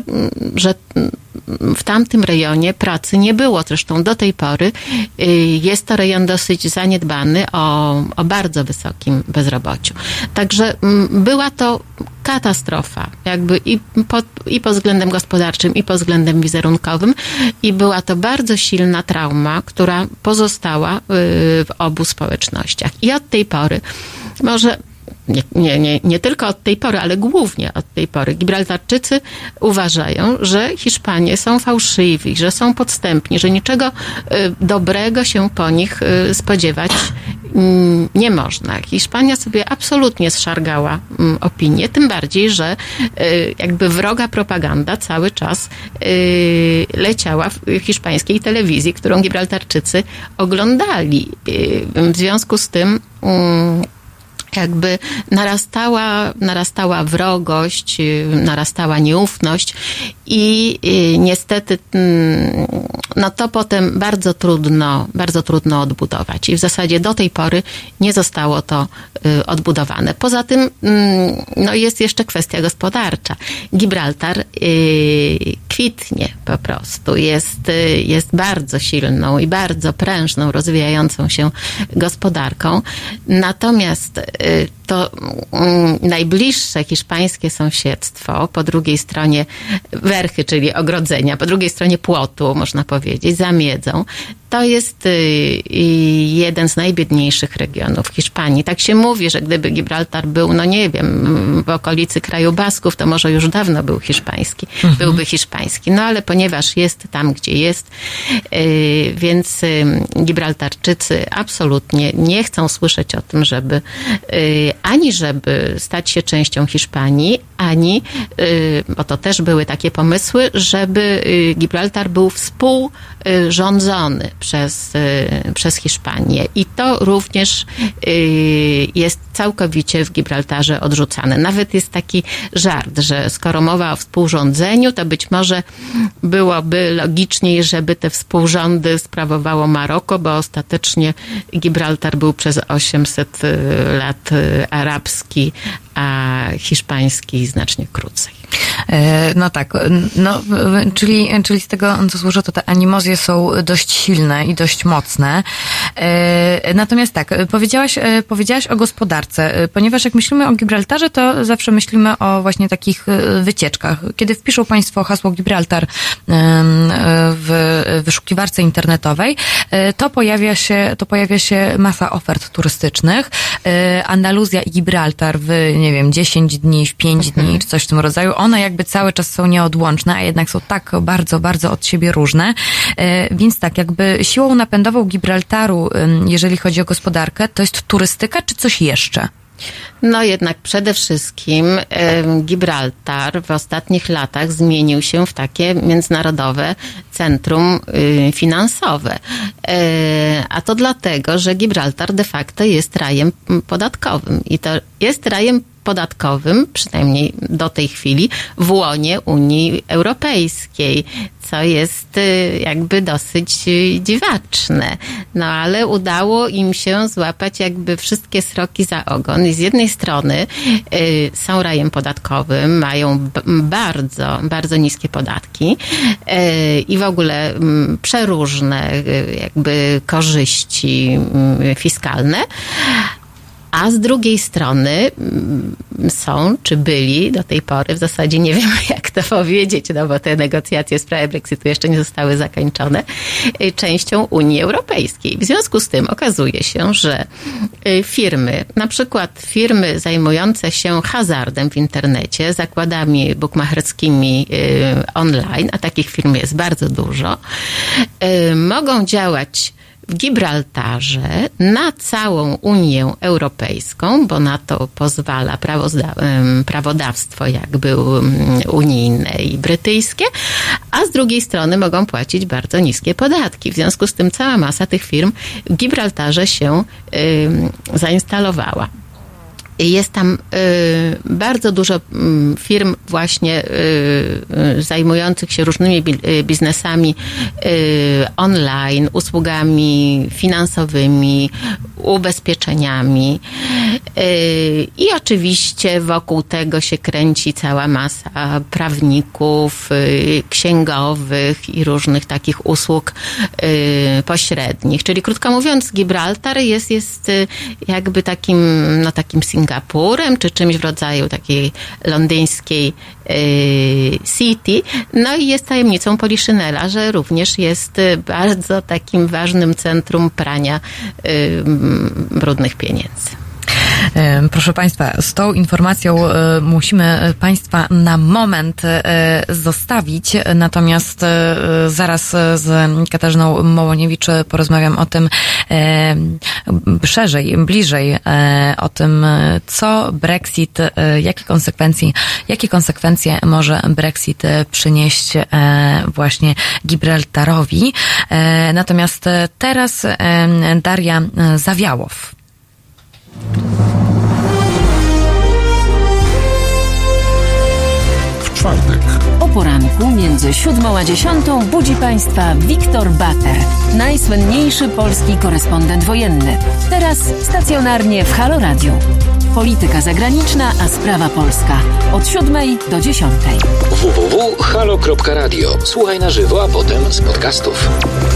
w tamtym rejonie pracy nie było. Zresztą do tej pory jest to rejon dosyć zaniedbany o bardzo wysokim bezrobociu. Także była to katastrofa, jakby i pod względem gospodarczym, i pod względem wizerunkowym, i była to bardzo silna trauma, która pozostała w obu społecznościach. I od tej pory, może nie tylko od tej pory, ale głównie od tej pory, Gibraltarczycy uważają, że Hiszpanie są fałszywi, że są podstępni, że niczego dobrego się po nich spodziewać nie można. Hiszpania sobie absolutnie zszargała opinię, tym bardziej, że jakby wroga propaganda cały czas leciała w hiszpańskiej telewizji, którą Gibraltarczycy oglądali. W związku z tym jakby narastała wrogość, narastała nieufność i niestety no to potem bardzo trudno odbudować. I w zasadzie do tej pory nie zostało to odbudowane. Poza tym no jest jeszcze kwestia gospodarcza. Gibraltar kwitnie po prostu. Jest bardzo silną i bardzo prężną, rozwijającą się gospodarką. Natomiast to najbliższe hiszpańskie sąsiedztwo, po drugiej stronie werchy, czyli ogrodzenia, po drugiej stronie płotu, można powiedzieć, za miedzą, to jest jeden z najbiedniejszych regionów Hiszpanii. Tak się mówi, że gdyby Gibraltar był, no nie wiem, w okolicy kraju Basków, to może już dawno był hiszpański, byłby hiszpański. No ale ponieważ jest tam, gdzie jest, więc Gibraltarczycy absolutnie nie chcą słyszeć o tym, żeby stać się częścią Hiszpanii, bo to też były takie pomysły, żeby Gibraltar był współrządzony przez Hiszpanię. I to również jest całkowicie w Gibraltarze odrzucane. Nawet jest taki żart, że skoro mowa o współrządzeniu, to być może byłoby logiczniej, żeby te współrządy sprawowało Maroko, bo ostatecznie Gibraltar był przez 800 lat arabski, a hiszpański znacznie krócej. No tak, czyli z tego, co słyszę, to te animozje są dość silne i dość mocne. Natomiast tak, powiedziałaś o gospodarce, ponieważ jak myślimy o Gibraltarze, to zawsze myślimy o właśnie takich wycieczkach. Kiedy wpiszą Państwo hasło Gibraltar w wyszukiwarce internetowej, to pojawia się masa ofert turystycznych. Andaluzja i Gibraltar w, nie wiem, 10 dni, w 5 dni, czy coś w tym rodzaju. One jakby cały czas są nieodłączne, a jednak są tak bardzo, bardzo od siebie różne. Więc tak, jakby siłą napędową Gibraltaru, jeżeli chodzi o gospodarkę, to jest turystyka, czy coś jeszcze? No jednak przede wszystkim Gibraltar w ostatnich latach zmienił się w takie międzynarodowe centrum finansowe. A to dlatego, że Gibraltar de facto jest rajem podatkowym. I to jest rajem podatkowym, przynajmniej do tej chwili, w łonie Unii Europejskiej, co jest jakby dosyć dziwaczne. No ale udało im się złapać jakby wszystkie sroki za ogon i z jednej strony są rajem podatkowym, mają bardzo, bardzo niskie podatki i w ogóle przeróżne jakby korzyści fiskalne, a z drugiej strony są, czy byli do tej pory, w zasadzie nie wiem jak to powiedzieć, no bo te negocjacje w sprawie Brexitu jeszcze nie zostały zakończone, częścią Unii Europejskiej. W związku z tym okazuje się, że firmy, na przykład firmy zajmujące się hazardem w internecie, zakładami bukmacherskimi online, a takich firm jest bardzo dużo, mogą działać w Gibraltarze na całą Unię Europejską, bo na to pozwala prawodawstwo jakby unijne i brytyjskie, a z drugiej strony mogą płacić bardzo niskie podatki. W związku z tym cała masa tych firm w Gibraltarze się zainstalowała. Jest tam bardzo dużo firm właśnie zajmujących się różnymi biznesami online, usługami finansowymi, ubezpieczeniami i oczywiście wokół tego się kręci cała masa prawników, księgowych i różnych takich usług pośrednich. Czyli krótko mówiąc, Gibraltar jest jakby takim Singapurem, czy czymś w rodzaju takiej londyńskiej City. No i jest tajemnicą Poliszynela, że również jest bardzo takim ważnym centrum prania brudnych pieniędzy. Proszę Państwa, z tą informacją musimy Państwa na moment zostawić, natomiast zaraz z Katarzyną Mołoniewicz porozmawiam o tym bliżej o tym, co Brexit, jakie konsekwencje może Brexit przynieść właśnie Gibraltarowi. Natomiast teraz Daria Zawiałow. W czwartek o poranku między 7 a 10 budzi Państwa Wiktor Bater, najsłynniejszy polski korespondent wojenny. Teraz stacjonarnie w Halo Radio. Polityka zagraniczna, a sprawa polska. Od 7 do 10. www.halo.radio. Słuchaj na żywo, a potem z podcastów.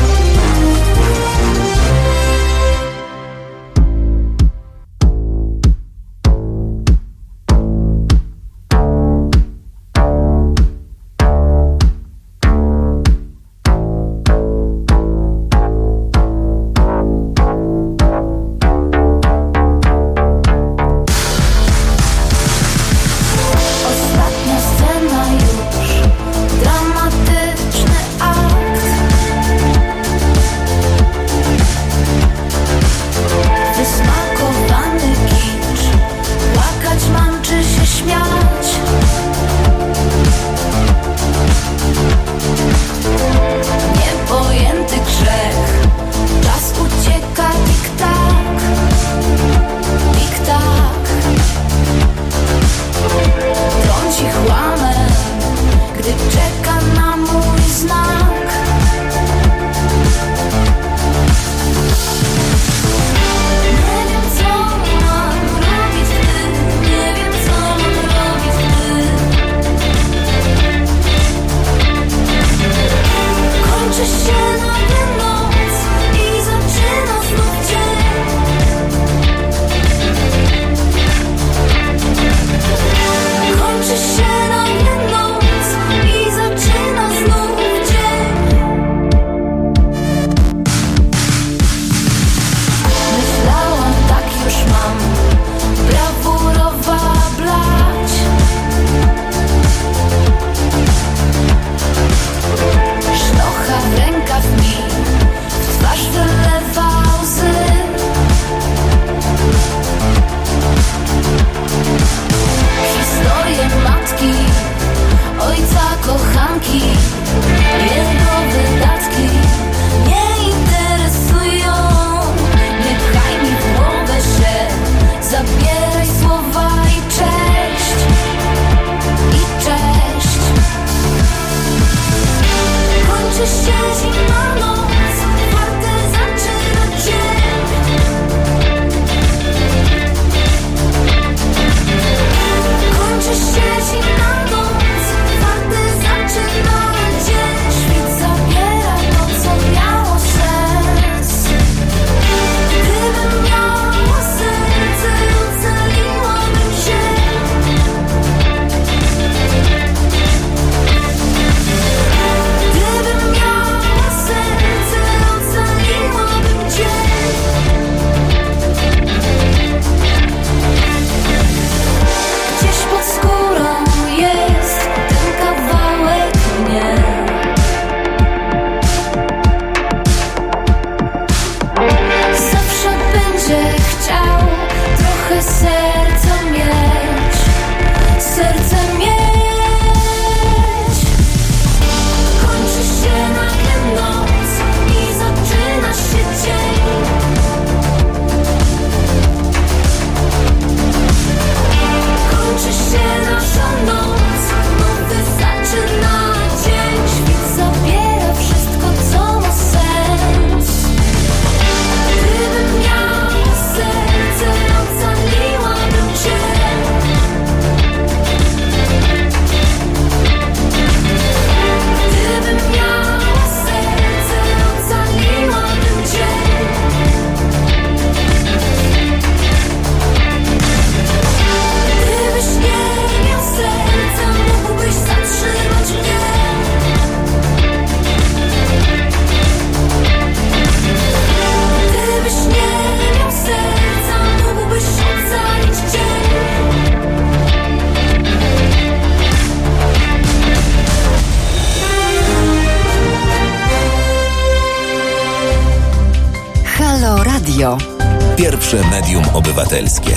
Radio. Pierwsze medium obywatelskie.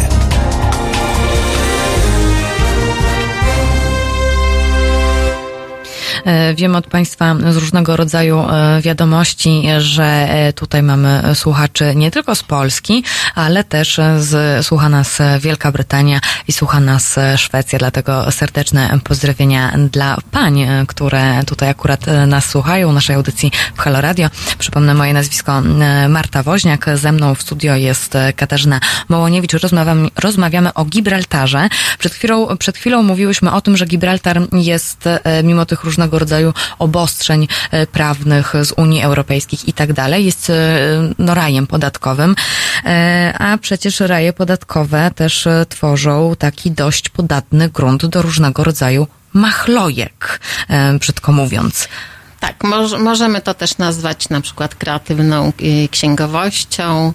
Wiemy od Państwa z różnego rodzaju wiadomości, że tutaj mamy słuchaczy nie tylko z Polski, ale też słucha nas Wielka Brytania i słucha nas Szwecja, dlatego serdeczne pozdrowienia dla pań, które tutaj akurat nas słuchają, naszej audycji w Halo Radio. Przypomnę moje nazwisko Marta Woźniak, ze mną w studio jest Katarzyna Mołoniewicz. Rozmawiamy o Gibraltarze. Przed chwilą mówiłyśmy o tym, że Gibraltar jest, mimo tych różnego rodzaju obostrzeń prawnych z Unii Europejskiej i tak dalej, jest rajem podatkowym, a przecież raje podatkowe też tworzą taki dość podatny grunt do różnego rodzaju machlojek, brzydko mówiąc. Tak, możemy to też nazwać na przykład kreatywną księgowością.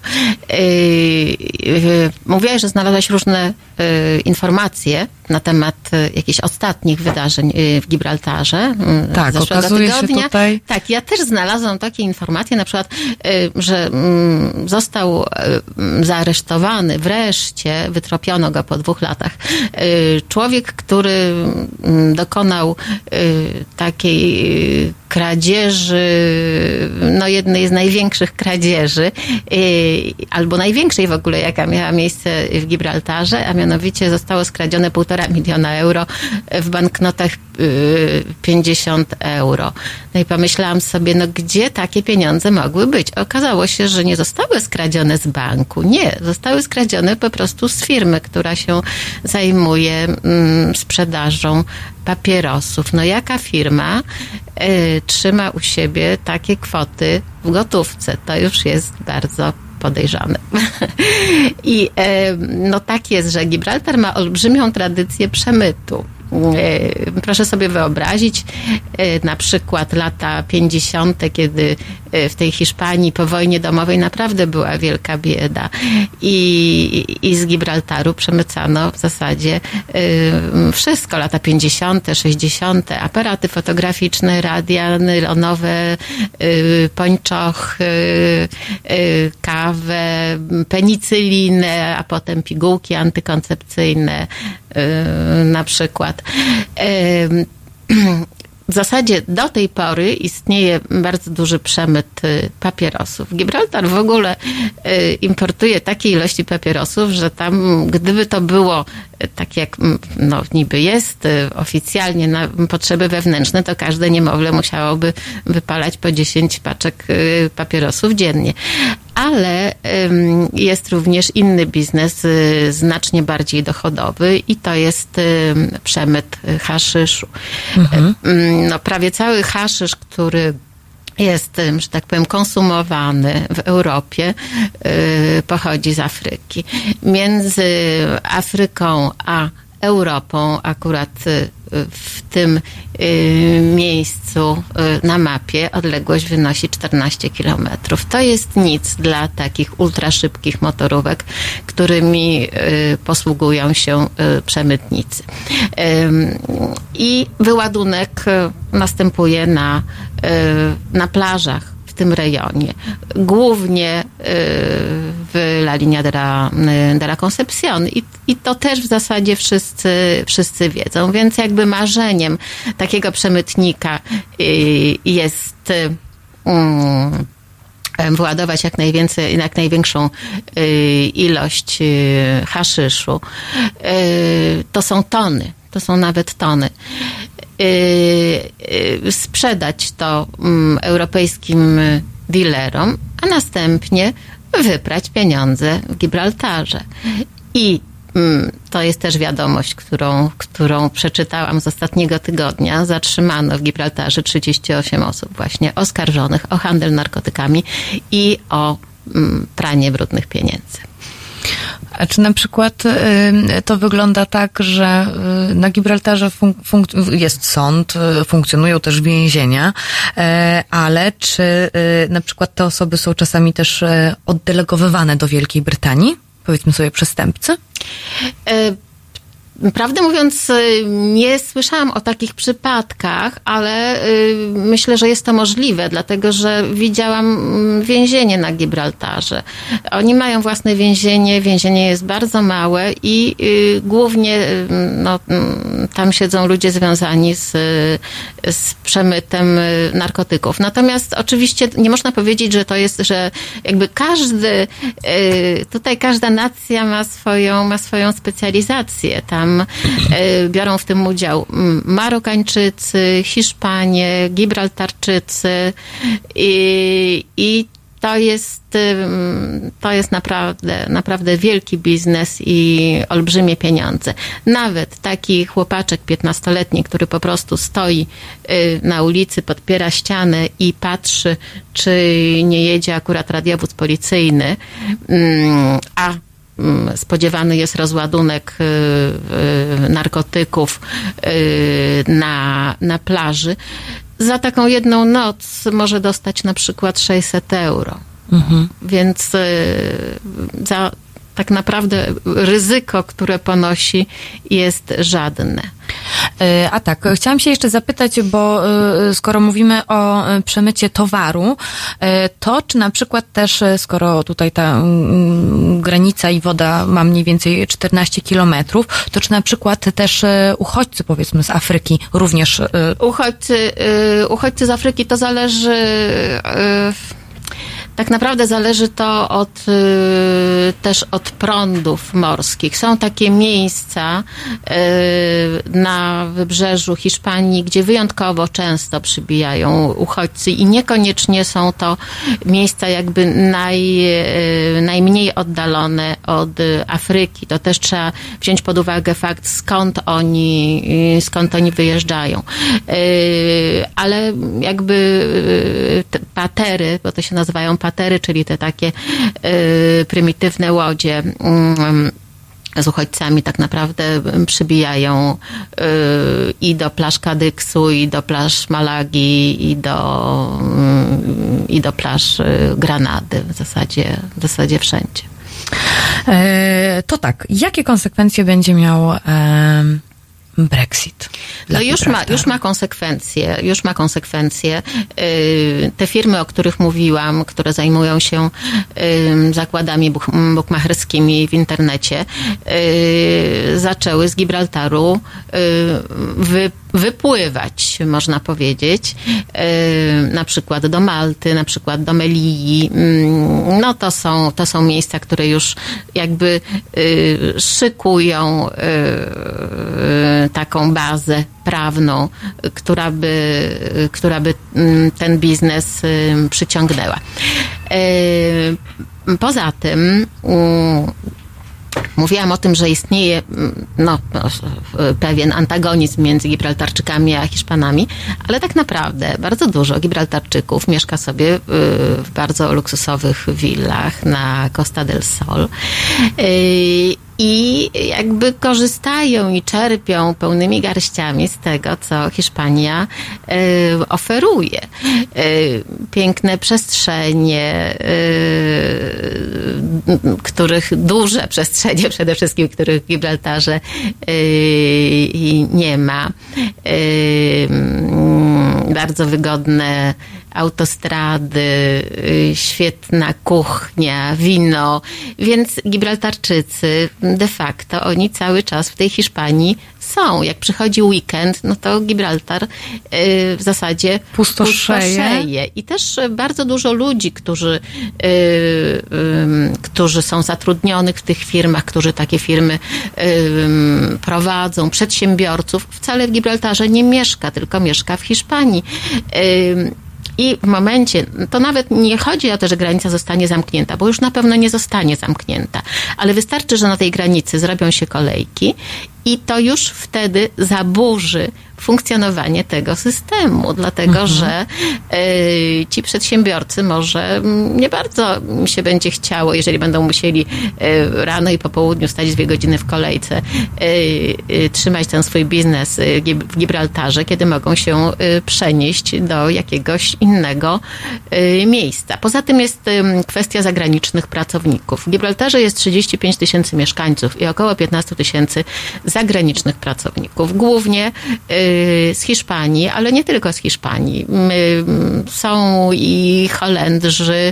Mówiłaś, że znalazłaś różne informacje na temat jakichś ostatnich wydarzeń w Gibraltarze. Tak, okazuje się tutaj. Tak, ja też znalazłam takie informacje, na przykład, że został zaaresztowany, wreszcie wytropiono go po 2 latach. Człowiek, który dokonał takiej kradzieży, jednej z największych kradzieży, albo największej w ogóle, jaka miała miejsce w Gibraltarze, a mianowicie zostało skradzione 1,5 miliona euro w banknotach 50 euro. No i pomyślałam sobie, gdzie takie pieniądze mogły być? Okazało się, że nie zostały skradzione z banku. Nie, zostały skradzione po prostu z firmy, która się zajmuje sprzedażą papierosów. Jaka firma trzyma u siebie takie kwoty w gotówce? To już jest bardzo podejrzane. I tak jest, że Gibraltar ma olbrzymią tradycję przemytu. Proszę sobie wyobrazić na przykład lata 50., kiedy w tej Hiszpanii po wojnie domowej naprawdę była wielka bieda i z Gibraltaru przemycano w zasadzie wszystko. Lata 50., 60., aparaty fotograficzne, radia nylonowe, pończochy, kawę, penicylinę, a potem pigułki antykoncepcyjne na przykład. W zasadzie do tej pory istnieje bardzo duży przemyt papierosów. Gibraltar w ogóle importuje takie ilości papierosów, że tam, gdyby to było tak jak niby jest oficjalnie na potrzeby wewnętrzne, to każde niemowlę musiałoby wypalać po 10 paczek papierosów dziennie. Ale jest również inny biznes, znacznie bardziej dochodowy i to jest przemyt haszyszu. Prawie cały haszysz, który jest, że tak powiem, konsumowany w Europie, pochodzi z Afryki. Między Afryką a Europą akurat w tym miejscu na mapie odległość wynosi 14 kilometrów. To jest nic dla takich ultraszybkich motorówek, którymi posługują się przemytnicy. I wyładunek następuje na plażach w tym rejonie. Głównie w La Línea de la Concepción i to też w zasadzie wszyscy wiedzą, więc jakby marzeniem takiego przemytnika jest wyładować jak największą ilość haszyszu. To są tony, to są nawet tony. Sprzedać to europejskim dealerom, a następnie wyprać pieniądze w Gibraltarze. I to jest też wiadomość, którą przeczytałam z ostatniego tygodnia. Zatrzymano w Gibraltarze 38 osób właśnie oskarżonych o handel narkotykami i o pranie brudnych pieniędzy. A czy na przykład to wygląda tak, że na Gibraltarze jest sąd, funkcjonują też więzienia, ale czy na przykład te osoby są czasami też oddelegowywane do Wielkiej Brytanii? Powiedzmy sobie przestępcy? Prawdę mówiąc, nie słyszałam o takich przypadkach, ale myślę, że jest to możliwe, dlatego że widziałam więzienie na Gibraltarze. Oni mają własne więzienie, więzienie jest bardzo małe i głównie tam siedzą ludzie związani z przemytem narkotyków. Natomiast oczywiście nie można powiedzieć, że to jest, że jakby każda nacja ma swoją specjalizację. Tam biorą w tym udział Marokańczycy, Hiszpanie, Gibraltarczycy i to jest naprawdę wielki biznes i olbrzymie pieniądze. Nawet taki chłopaczek 15-letni, który po prostu stoi na ulicy, podpiera ścianę i patrzy, czy nie jedzie akurat radiowóz policyjny, a spodziewany jest rozładunek narkotyków na plaży, za taką jedną noc może dostać na przykład 600 euro. Więc tak naprawdę ryzyko, które ponosi, jest żadne. A tak, chciałam się jeszcze zapytać, bo skoro mówimy o przemycie towaru, to czy na przykład też, skoro tutaj ta granica i woda ma mniej więcej 14 kilometrów, to czy na przykład też uchodźcy, powiedzmy, z Afryki również... Uchodźcy z Afryki to zależy... Tak naprawdę zależy to też od prądów morskich. Są takie miejsca na wybrzeżu Hiszpanii, gdzie wyjątkowo często przybijają uchodźcy i niekoniecznie są to miejsca jakby najmniej oddalone od Afryki. To też trzeba wziąć pod uwagę fakt, skąd oni wyjeżdżają. Ale jakby te patery, bo to się nazywają patery, czyli te takie prymitywne łodzie z uchodźcami tak naprawdę przybijają i do plaż Kadyksu, i do plaż Malagi, i do plaż Granady, w zasadzie wszędzie. To tak, jakie konsekwencje będzie miał Brexit? No już ma konsekwencje. Te firmy, o których mówiłam, które zajmują się zakładami bukmacherskimi w internecie, zaczęły z Gibraltaru wypływać, można powiedzieć, na przykład do Malty, na przykład do Melilli. No to są miejsca, które już jakby szykują taką bazę prawną, która by ten biznes przyciągnęła. Poza tym mówiłam o tym, że istnieje pewien antagonizm między Gibraltarczykami a Hiszpanami, ale tak naprawdę bardzo dużo Gibraltarczyków mieszka sobie w bardzo luksusowych willach na Costa del Sol i jakby korzystają i czerpią pełnymi garściami z tego, co Hiszpania oferuje. Piękne przestrzenie, duże przestrzenie przede wszystkim, których w Gibraltarze nie ma. Bardzo wygodne autostrady, świetna kuchnia, wino, więc Gibraltarczycy de facto, oni cały czas w tej Hiszpanii są. Jak przychodzi weekend, no to Gibraltar w zasadzie pustoszeje. I też bardzo dużo ludzi, którzy są zatrudnionych w tych firmach, którzy takie firmy prowadzą, przedsiębiorców, wcale w Gibraltarze nie mieszka, tylko mieszka w Hiszpanii. I w momencie, to nawet nie chodzi o to, że granica zostanie zamknięta, bo już na pewno nie zostanie zamknięta, ale wystarczy, że na tej granicy zrobią się kolejki i to już wtedy zaburzy funkcjonowanie tego systemu, dlatego że ci przedsiębiorcy może nie bardzo się będzie chciało, jeżeli będą musieli rano i po południu stać 2 godziny w kolejce, trzymać ten swój biznes w Gibraltarze, kiedy mogą się przenieść do jakiegoś innego miejsca. Poza tym jest kwestia zagranicznych pracowników. W Gibraltarze jest 35 000 mieszkańców i około 15 000 zagranicznych pracowników, głównie z Hiszpanii, ale nie tylko z Hiszpanii. Są i Holendrzy,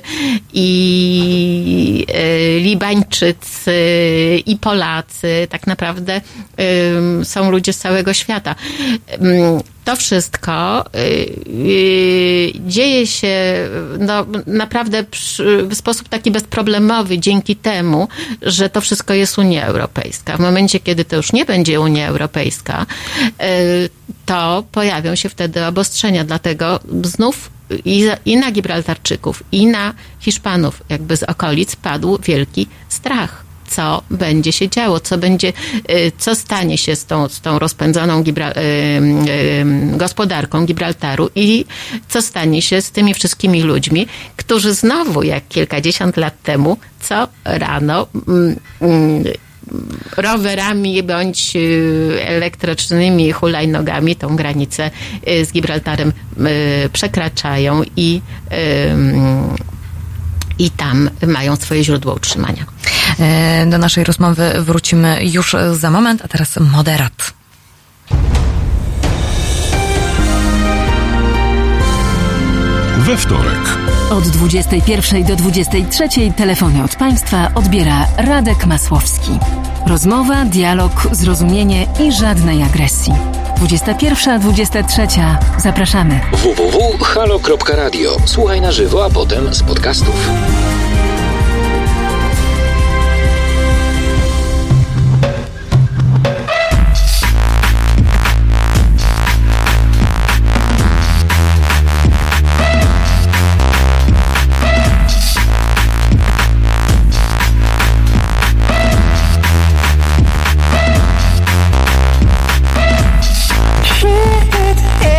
i Libańczycy, i Polacy. Tak naprawdę są ludzie z całego świata. To wszystko dzieje się naprawdę w sposób taki bezproblemowy dzięki temu, że to wszystko jest Unia Europejska. W momencie, kiedy to już nie będzie Unia Europejska, to pojawią się wtedy obostrzenia. Dlatego znów i na Gibraltarczyków, i na Hiszpanów jakby z okolic padł wielki strach. Co będzie się działo, co stanie się z tą rozpędzoną gospodarką Gibraltaru i co stanie się z tymi wszystkimi ludźmi, którzy znowu, jak kilkadziesiąt lat temu, co rano rowerami bądź elektrycznymi hulajnogami tą granicę z Gibraltarem przekraczają i tam mają swoje źródło utrzymania. Do naszej rozmowy wrócimy już za moment, a teraz Moderat. We wtorek. Od 21 do 23 telefony od Państwa odbiera Radek Masłowski. Rozmowa, dialog, zrozumienie i żadnej agresji. 21-23. Zapraszamy. www.halo.radio. Słuchaj na żywo, a potem z podcastów.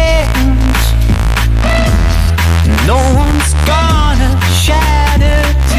No one's gonna shatter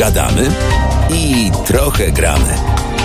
Gadamy i trochę gramy.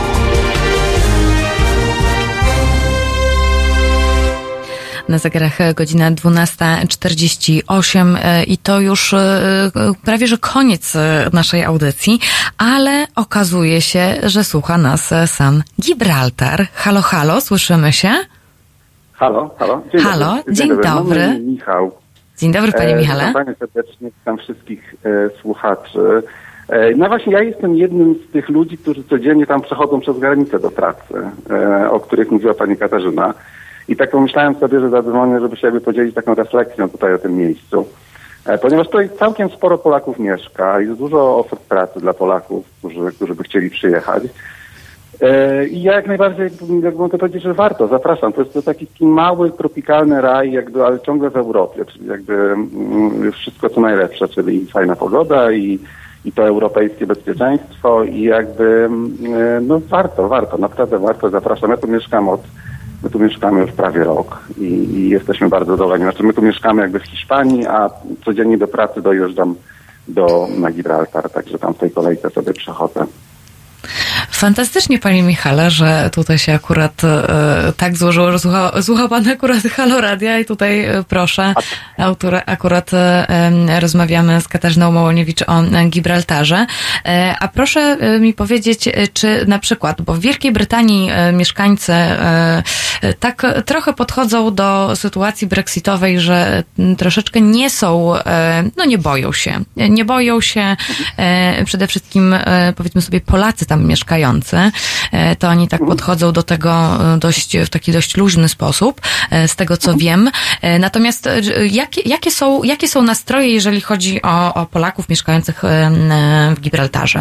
Na zegarach godzina 12:48 i to już prawie że koniec naszej audycji, ale okazuje się, że słucha nas sam Gibraltar. Halo, halo, słyszymy się? Halo. Dzień dobry. Michał. Dzień dobry, panie Michale. Witam panie serdecznie, witam wszystkich słuchaczy. No właśnie, ja jestem jednym z tych ludzi, którzy codziennie tam przechodzą przez granicę do pracy, o których mówiła pani Katarzyna. I tak pomyślałem sobie, że zadzwonię, żeby się podzielić taką refleksją tutaj o tym miejscu. Ponieważ tutaj całkiem sporo Polaków mieszka, jest dużo ofert pracy dla Polaków, którzy by chcieli przyjechać. I ja jak najbardziej, jak mogę powiedzieć, że warto, zapraszam. To jest to taki mały, tropikalny raj, ale ciągle w Europie, czyli wszystko co najlepsze, czyli fajna pogoda i to europejskie bezpieczeństwo i warto, naprawdę warto, zapraszam. My tu mieszkamy już prawie rok i jesteśmy bardzo zadowoleni. Znaczy my tu mieszkamy w Hiszpanii, a codziennie do pracy dojeżdżam na Gibraltar, także tam w tej kolejce sobie przechodzę. Fantastycznie, panie Michale, że tutaj się akurat tak złożyło, że słucha pan akurat Halo Radia i tutaj proszę, akurat rozmawiamy z Katarzyną Mołoniewicz o Gibraltarze. A proszę mi powiedzieć, czy na przykład, bo w Wielkiej Brytanii mieszkańcy tak trochę podchodzą do sytuacji brexitowej, że troszeczkę nie są, nie boją się przede wszystkim, powiedzmy sobie, Polacy tam mieszkający, to oni tak podchodzą do tego w taki dość luźny sposób, z tego co wiem. Natomiast jakie są nastroje, jeżeli chodzi o Polaków mieszkających w Gibraltarze?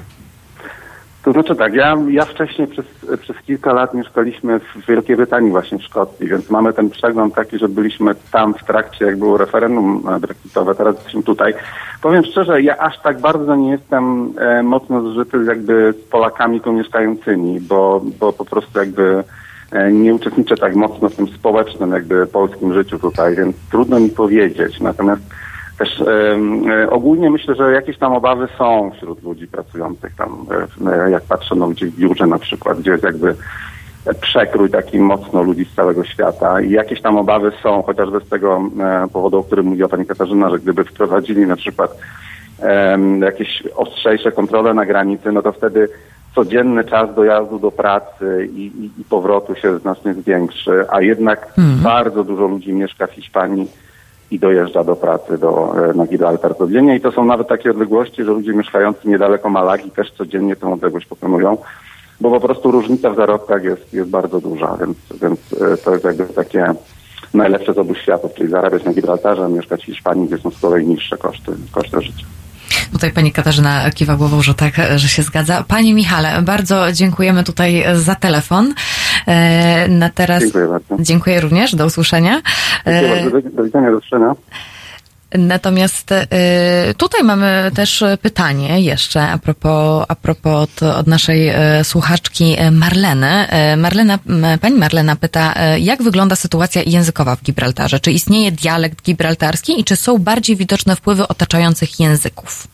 To znaczy tak, ja wcześniej przez kilka lat mieszkaliśmy w Wielkiej Brytanii, właśnie w Szkocji, więc mamy ten przegląd taki, że byliśmy tam w trakcie, jak było referendum brexitowe, teraz jesteśmy tutaj. Powiem szczerze, ja aż tak bardzo nie jestem mocno zżyty z Polakami tu mieszkającymi, bo po prostu nie uczestniczę tak mocno w tym społecznym polskim życiu tutaj, więc trudno mi powiedzieć. Natomiast też ogólnie myślę, że jakieś tam obawy są wśród ludzi pracujących tam, jak patrzę na ludzi w biurze na przykład, gdzie jest przekrój taki mocno ludzi z całego świata i jakieś tam obawy są, chociażby z tego powodu, o którym mówiła pani Katarzyna, że gdyby wprowadzili na przykład jakieś ostrzejsze kontrole na granicy, no to wtedy codzienny czas dojazdu do pracy i powrotu się znacznie zwiększy, a jednak bardzo dużo ludzi mieszka w Hiszpanii i dojeżdża do pracy na Gibraltar codziennie i to są nawet takie odległości, że ludzie mieszkający niedaleko Malagi też codziennie tę odległość pokonują, bo po prostu różnica w zarobkach jest bardzo duża, więc to jest takie najlepsze z obu światów, czyli zarabiać na Gibraltarze, a mieszkać w Hiszpanii, gdzie są z kolei niższe koszty życia. Tutaj pani Katarzyna kiwa głową, że tak, że się zgadza. Panie Michale, bardzo dziękujemy tutaj za telefon. Na teraz dziękuję bardzo. Dziękuję również, do usłyszenia. Dziękuję bardzo, do widzenia, do usłyszenia. Natomiast tutaj mamy też pytanie jeszcze a propos od naszej słuchaczki Marleny. Pani Marlena pyta, jak wygląda sytuacja językowa w Gibraltarze? Czy istnieje dialekt gibraltarski i czy są bardziej widoczne wpływy otaczających języków?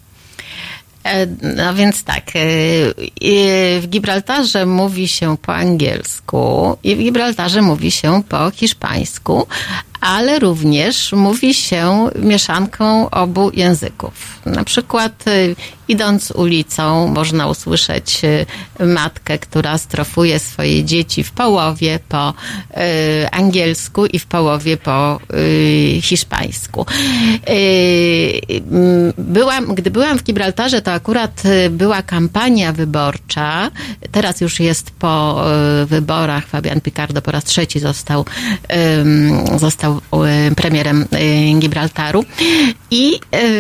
No więc tak, w Gibraltarze mówi się po angielsku i w Gibraltarze mówi się po hiszpańsku, ale również mówi się mieszanką obu języków. Na przykład idąc ulicą można usłyszeć matkę, która strofuje swoje dzieci w połowie po angielsku i w połowie po hiszpańsku. Gdy byłam w Gibraltarze, to akurat była kampania wyborcza. Teraz już jest po wyborach. Fabian Picardo po raz trzeci został premierem Gibraltaru i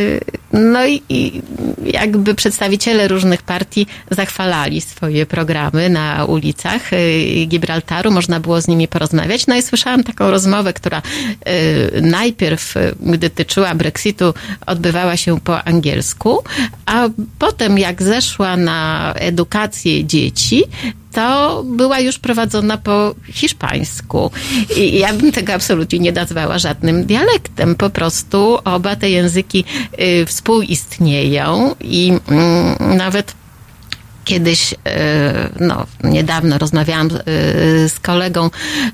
jakby przedstawiciele różnych partii zachwalali swoje programy na ulicach Gibraltaru. Można było z nimi porozmawiać. No i słyszałam taką rozmowę, która najpierw, gdy tyczyła Brexitu, odbywała się po angielsku, a potem jak zeszła na edukację dzieci, to była już prowadzona po hiszpańsku. I ja bym tego absolutnie nie nazwała żadnym dialektem. Po prostu oba te języki współistnieją i nawet kiedyś, niedawno rozmawiałam z kolegą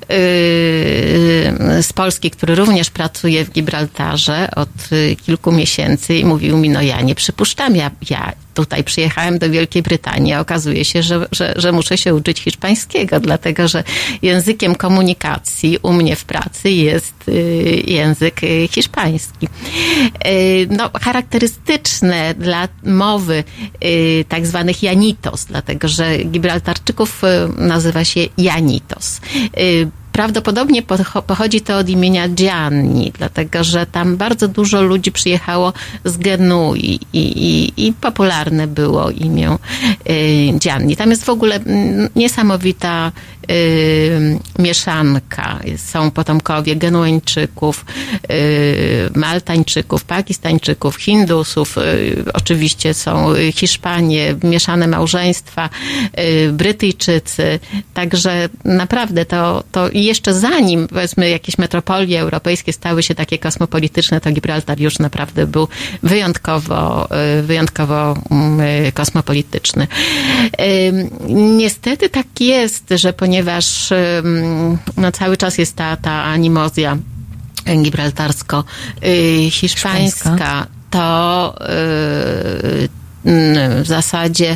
z Polski, który również pracuje w Gibraltarze od kilku miesięcy i mówił mi, ja nie przypuszczam, ja tutaj przyjechałem do Wielkiej Brytanii, a okazuje się, że muszę się uczyć hiszpańskiego, dlatego że językiem komunikacji u mnie w pracy jest język hiszpański. Charakterystyczne dla mowy tak zwanych Janitos, dlatego że Gibraltarczyków nazywa się Janitos. Prawdopodobnie pochodzi to od imienia Gianni, dlatego że tam bardzo dużo ludzi przyjechało z Genui i popularne było imię Gianni. Tam jest w ogóle niesamowita mieszanka. Są potomkowie Genueńczyków, Maltańczyków, Pakistańczyków, Hindusów. Oczywiście są Hiszpanie, mieszane małżeństwa, Brytyjczycy. Także naprawdę to jeszcze zanim, powiedzmy, jakieś metropolie europejskie stały się takie kosmopolityczne, to Gibraltar już naprawdę był wyjątkowo kosmopolityczny. Niestety tak jest, że ponieważ cały czas jest ta animozja gibraltarsko-hiszpańska, to w zasadzie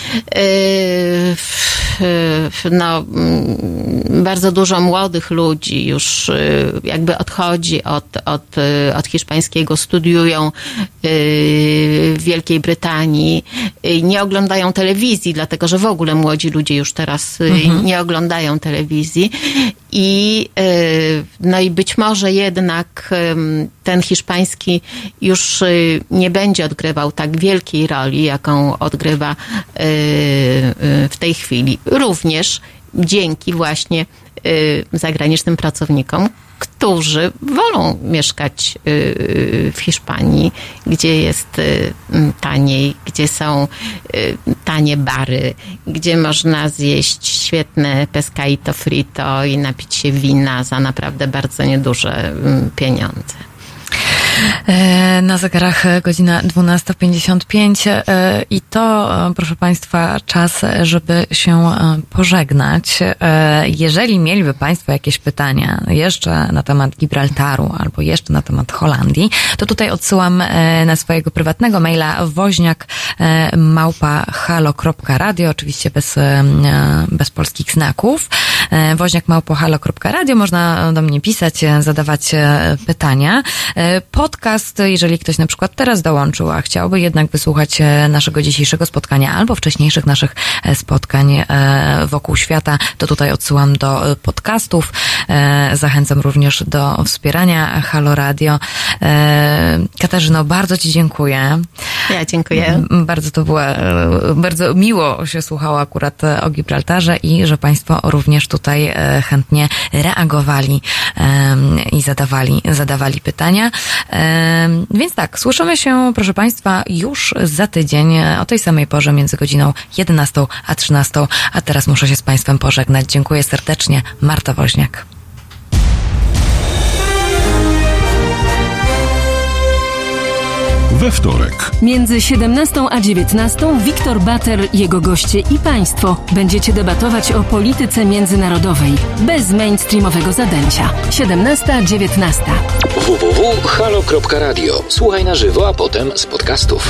bardzo dużo młodych ludzi już jakby odchodzi od hiszpańskiego, studiują w Wielkiej Brytanii, nie oglądają telewizji, dlatego że w ogóle młodzi ludzie już teraz nie oglądają telewizji i być może jednak ten hiszpański już nie będzie odgrywał tak wielkiej roli, jaką odgrywa w tej chwili. Również dzięki właśnie zagranicznym pracownikom, którzy wolą mieszkać w Hiszpanii, gdzie jest taniej, gdzie są tanie bary, gdzie można zjeść świetne pescadito frito i napić się wina za naprawdę bardzo nieduże pieniądze. Na zegarach godzina 12:55 i to, proszę Państwa, czas, żeby się pożegnać. Jeżeli mieliby Państwo jakieś pytania jeszcze na temat Gibraltaru albo jeszcze na temat Holandii, to tutaj odsyłam na swojego prywatnego maila woźniak@halo.radio, oczywiście bez polskich znaków. woźniak@halo.radio, można do mnie pisać, zadawać pytania. Podcast, jeżeli ktoś na przykład teraz dołączył, a chciałby jednak wysłuchać naszego dzisiejszego spotkania albo wcześniejszych naszych spotkań wokół świata, to tutaj odsyłam do podcastów. Zachęcam również do wspierania Halo Radio. Katarzyno, bardzo Ci dziękuję. Ja dziękuję. Bardzo miło się słuchało akurat o Gibraltarze i że Państwo również tutaj chętnie reagowali i zadawali pytania. Więc tak, słyszymy się, proszę Państwa, już za tydzień o tej samej porze między godziną 11 a 13, a teraz muszę się z Państwem pożegnać. Dziękuję serdecznie. Marta Woźniak. We wtorek. Między 17 a 19 Wiktor Bater, jego goście i Państwo będziecie debatować o polityce międzynarodowej bez mainstreamowego zadęcia. 17-19. www.halo.radio. Słuchaj na żywo, a potem z podcastów.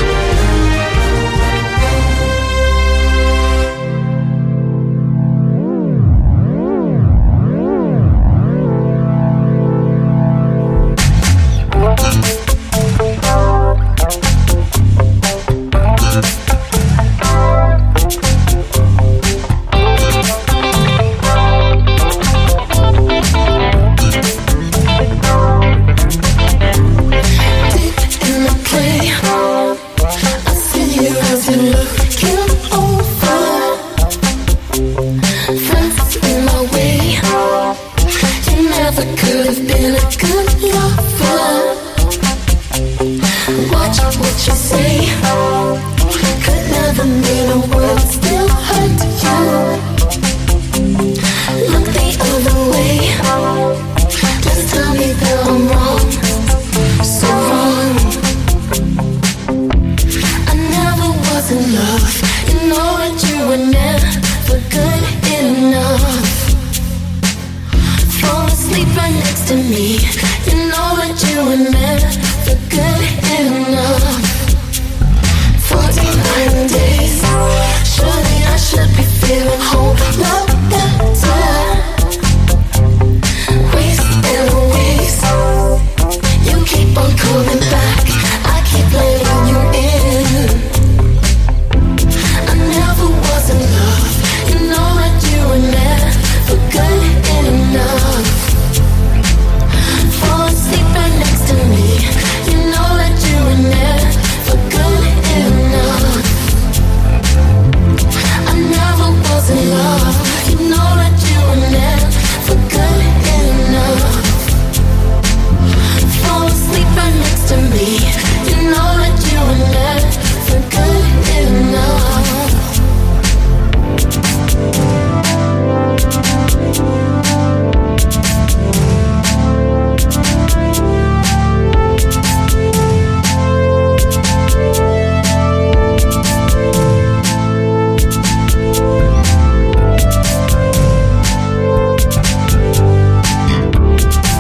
Could never mean a word, still hurt you. you and me.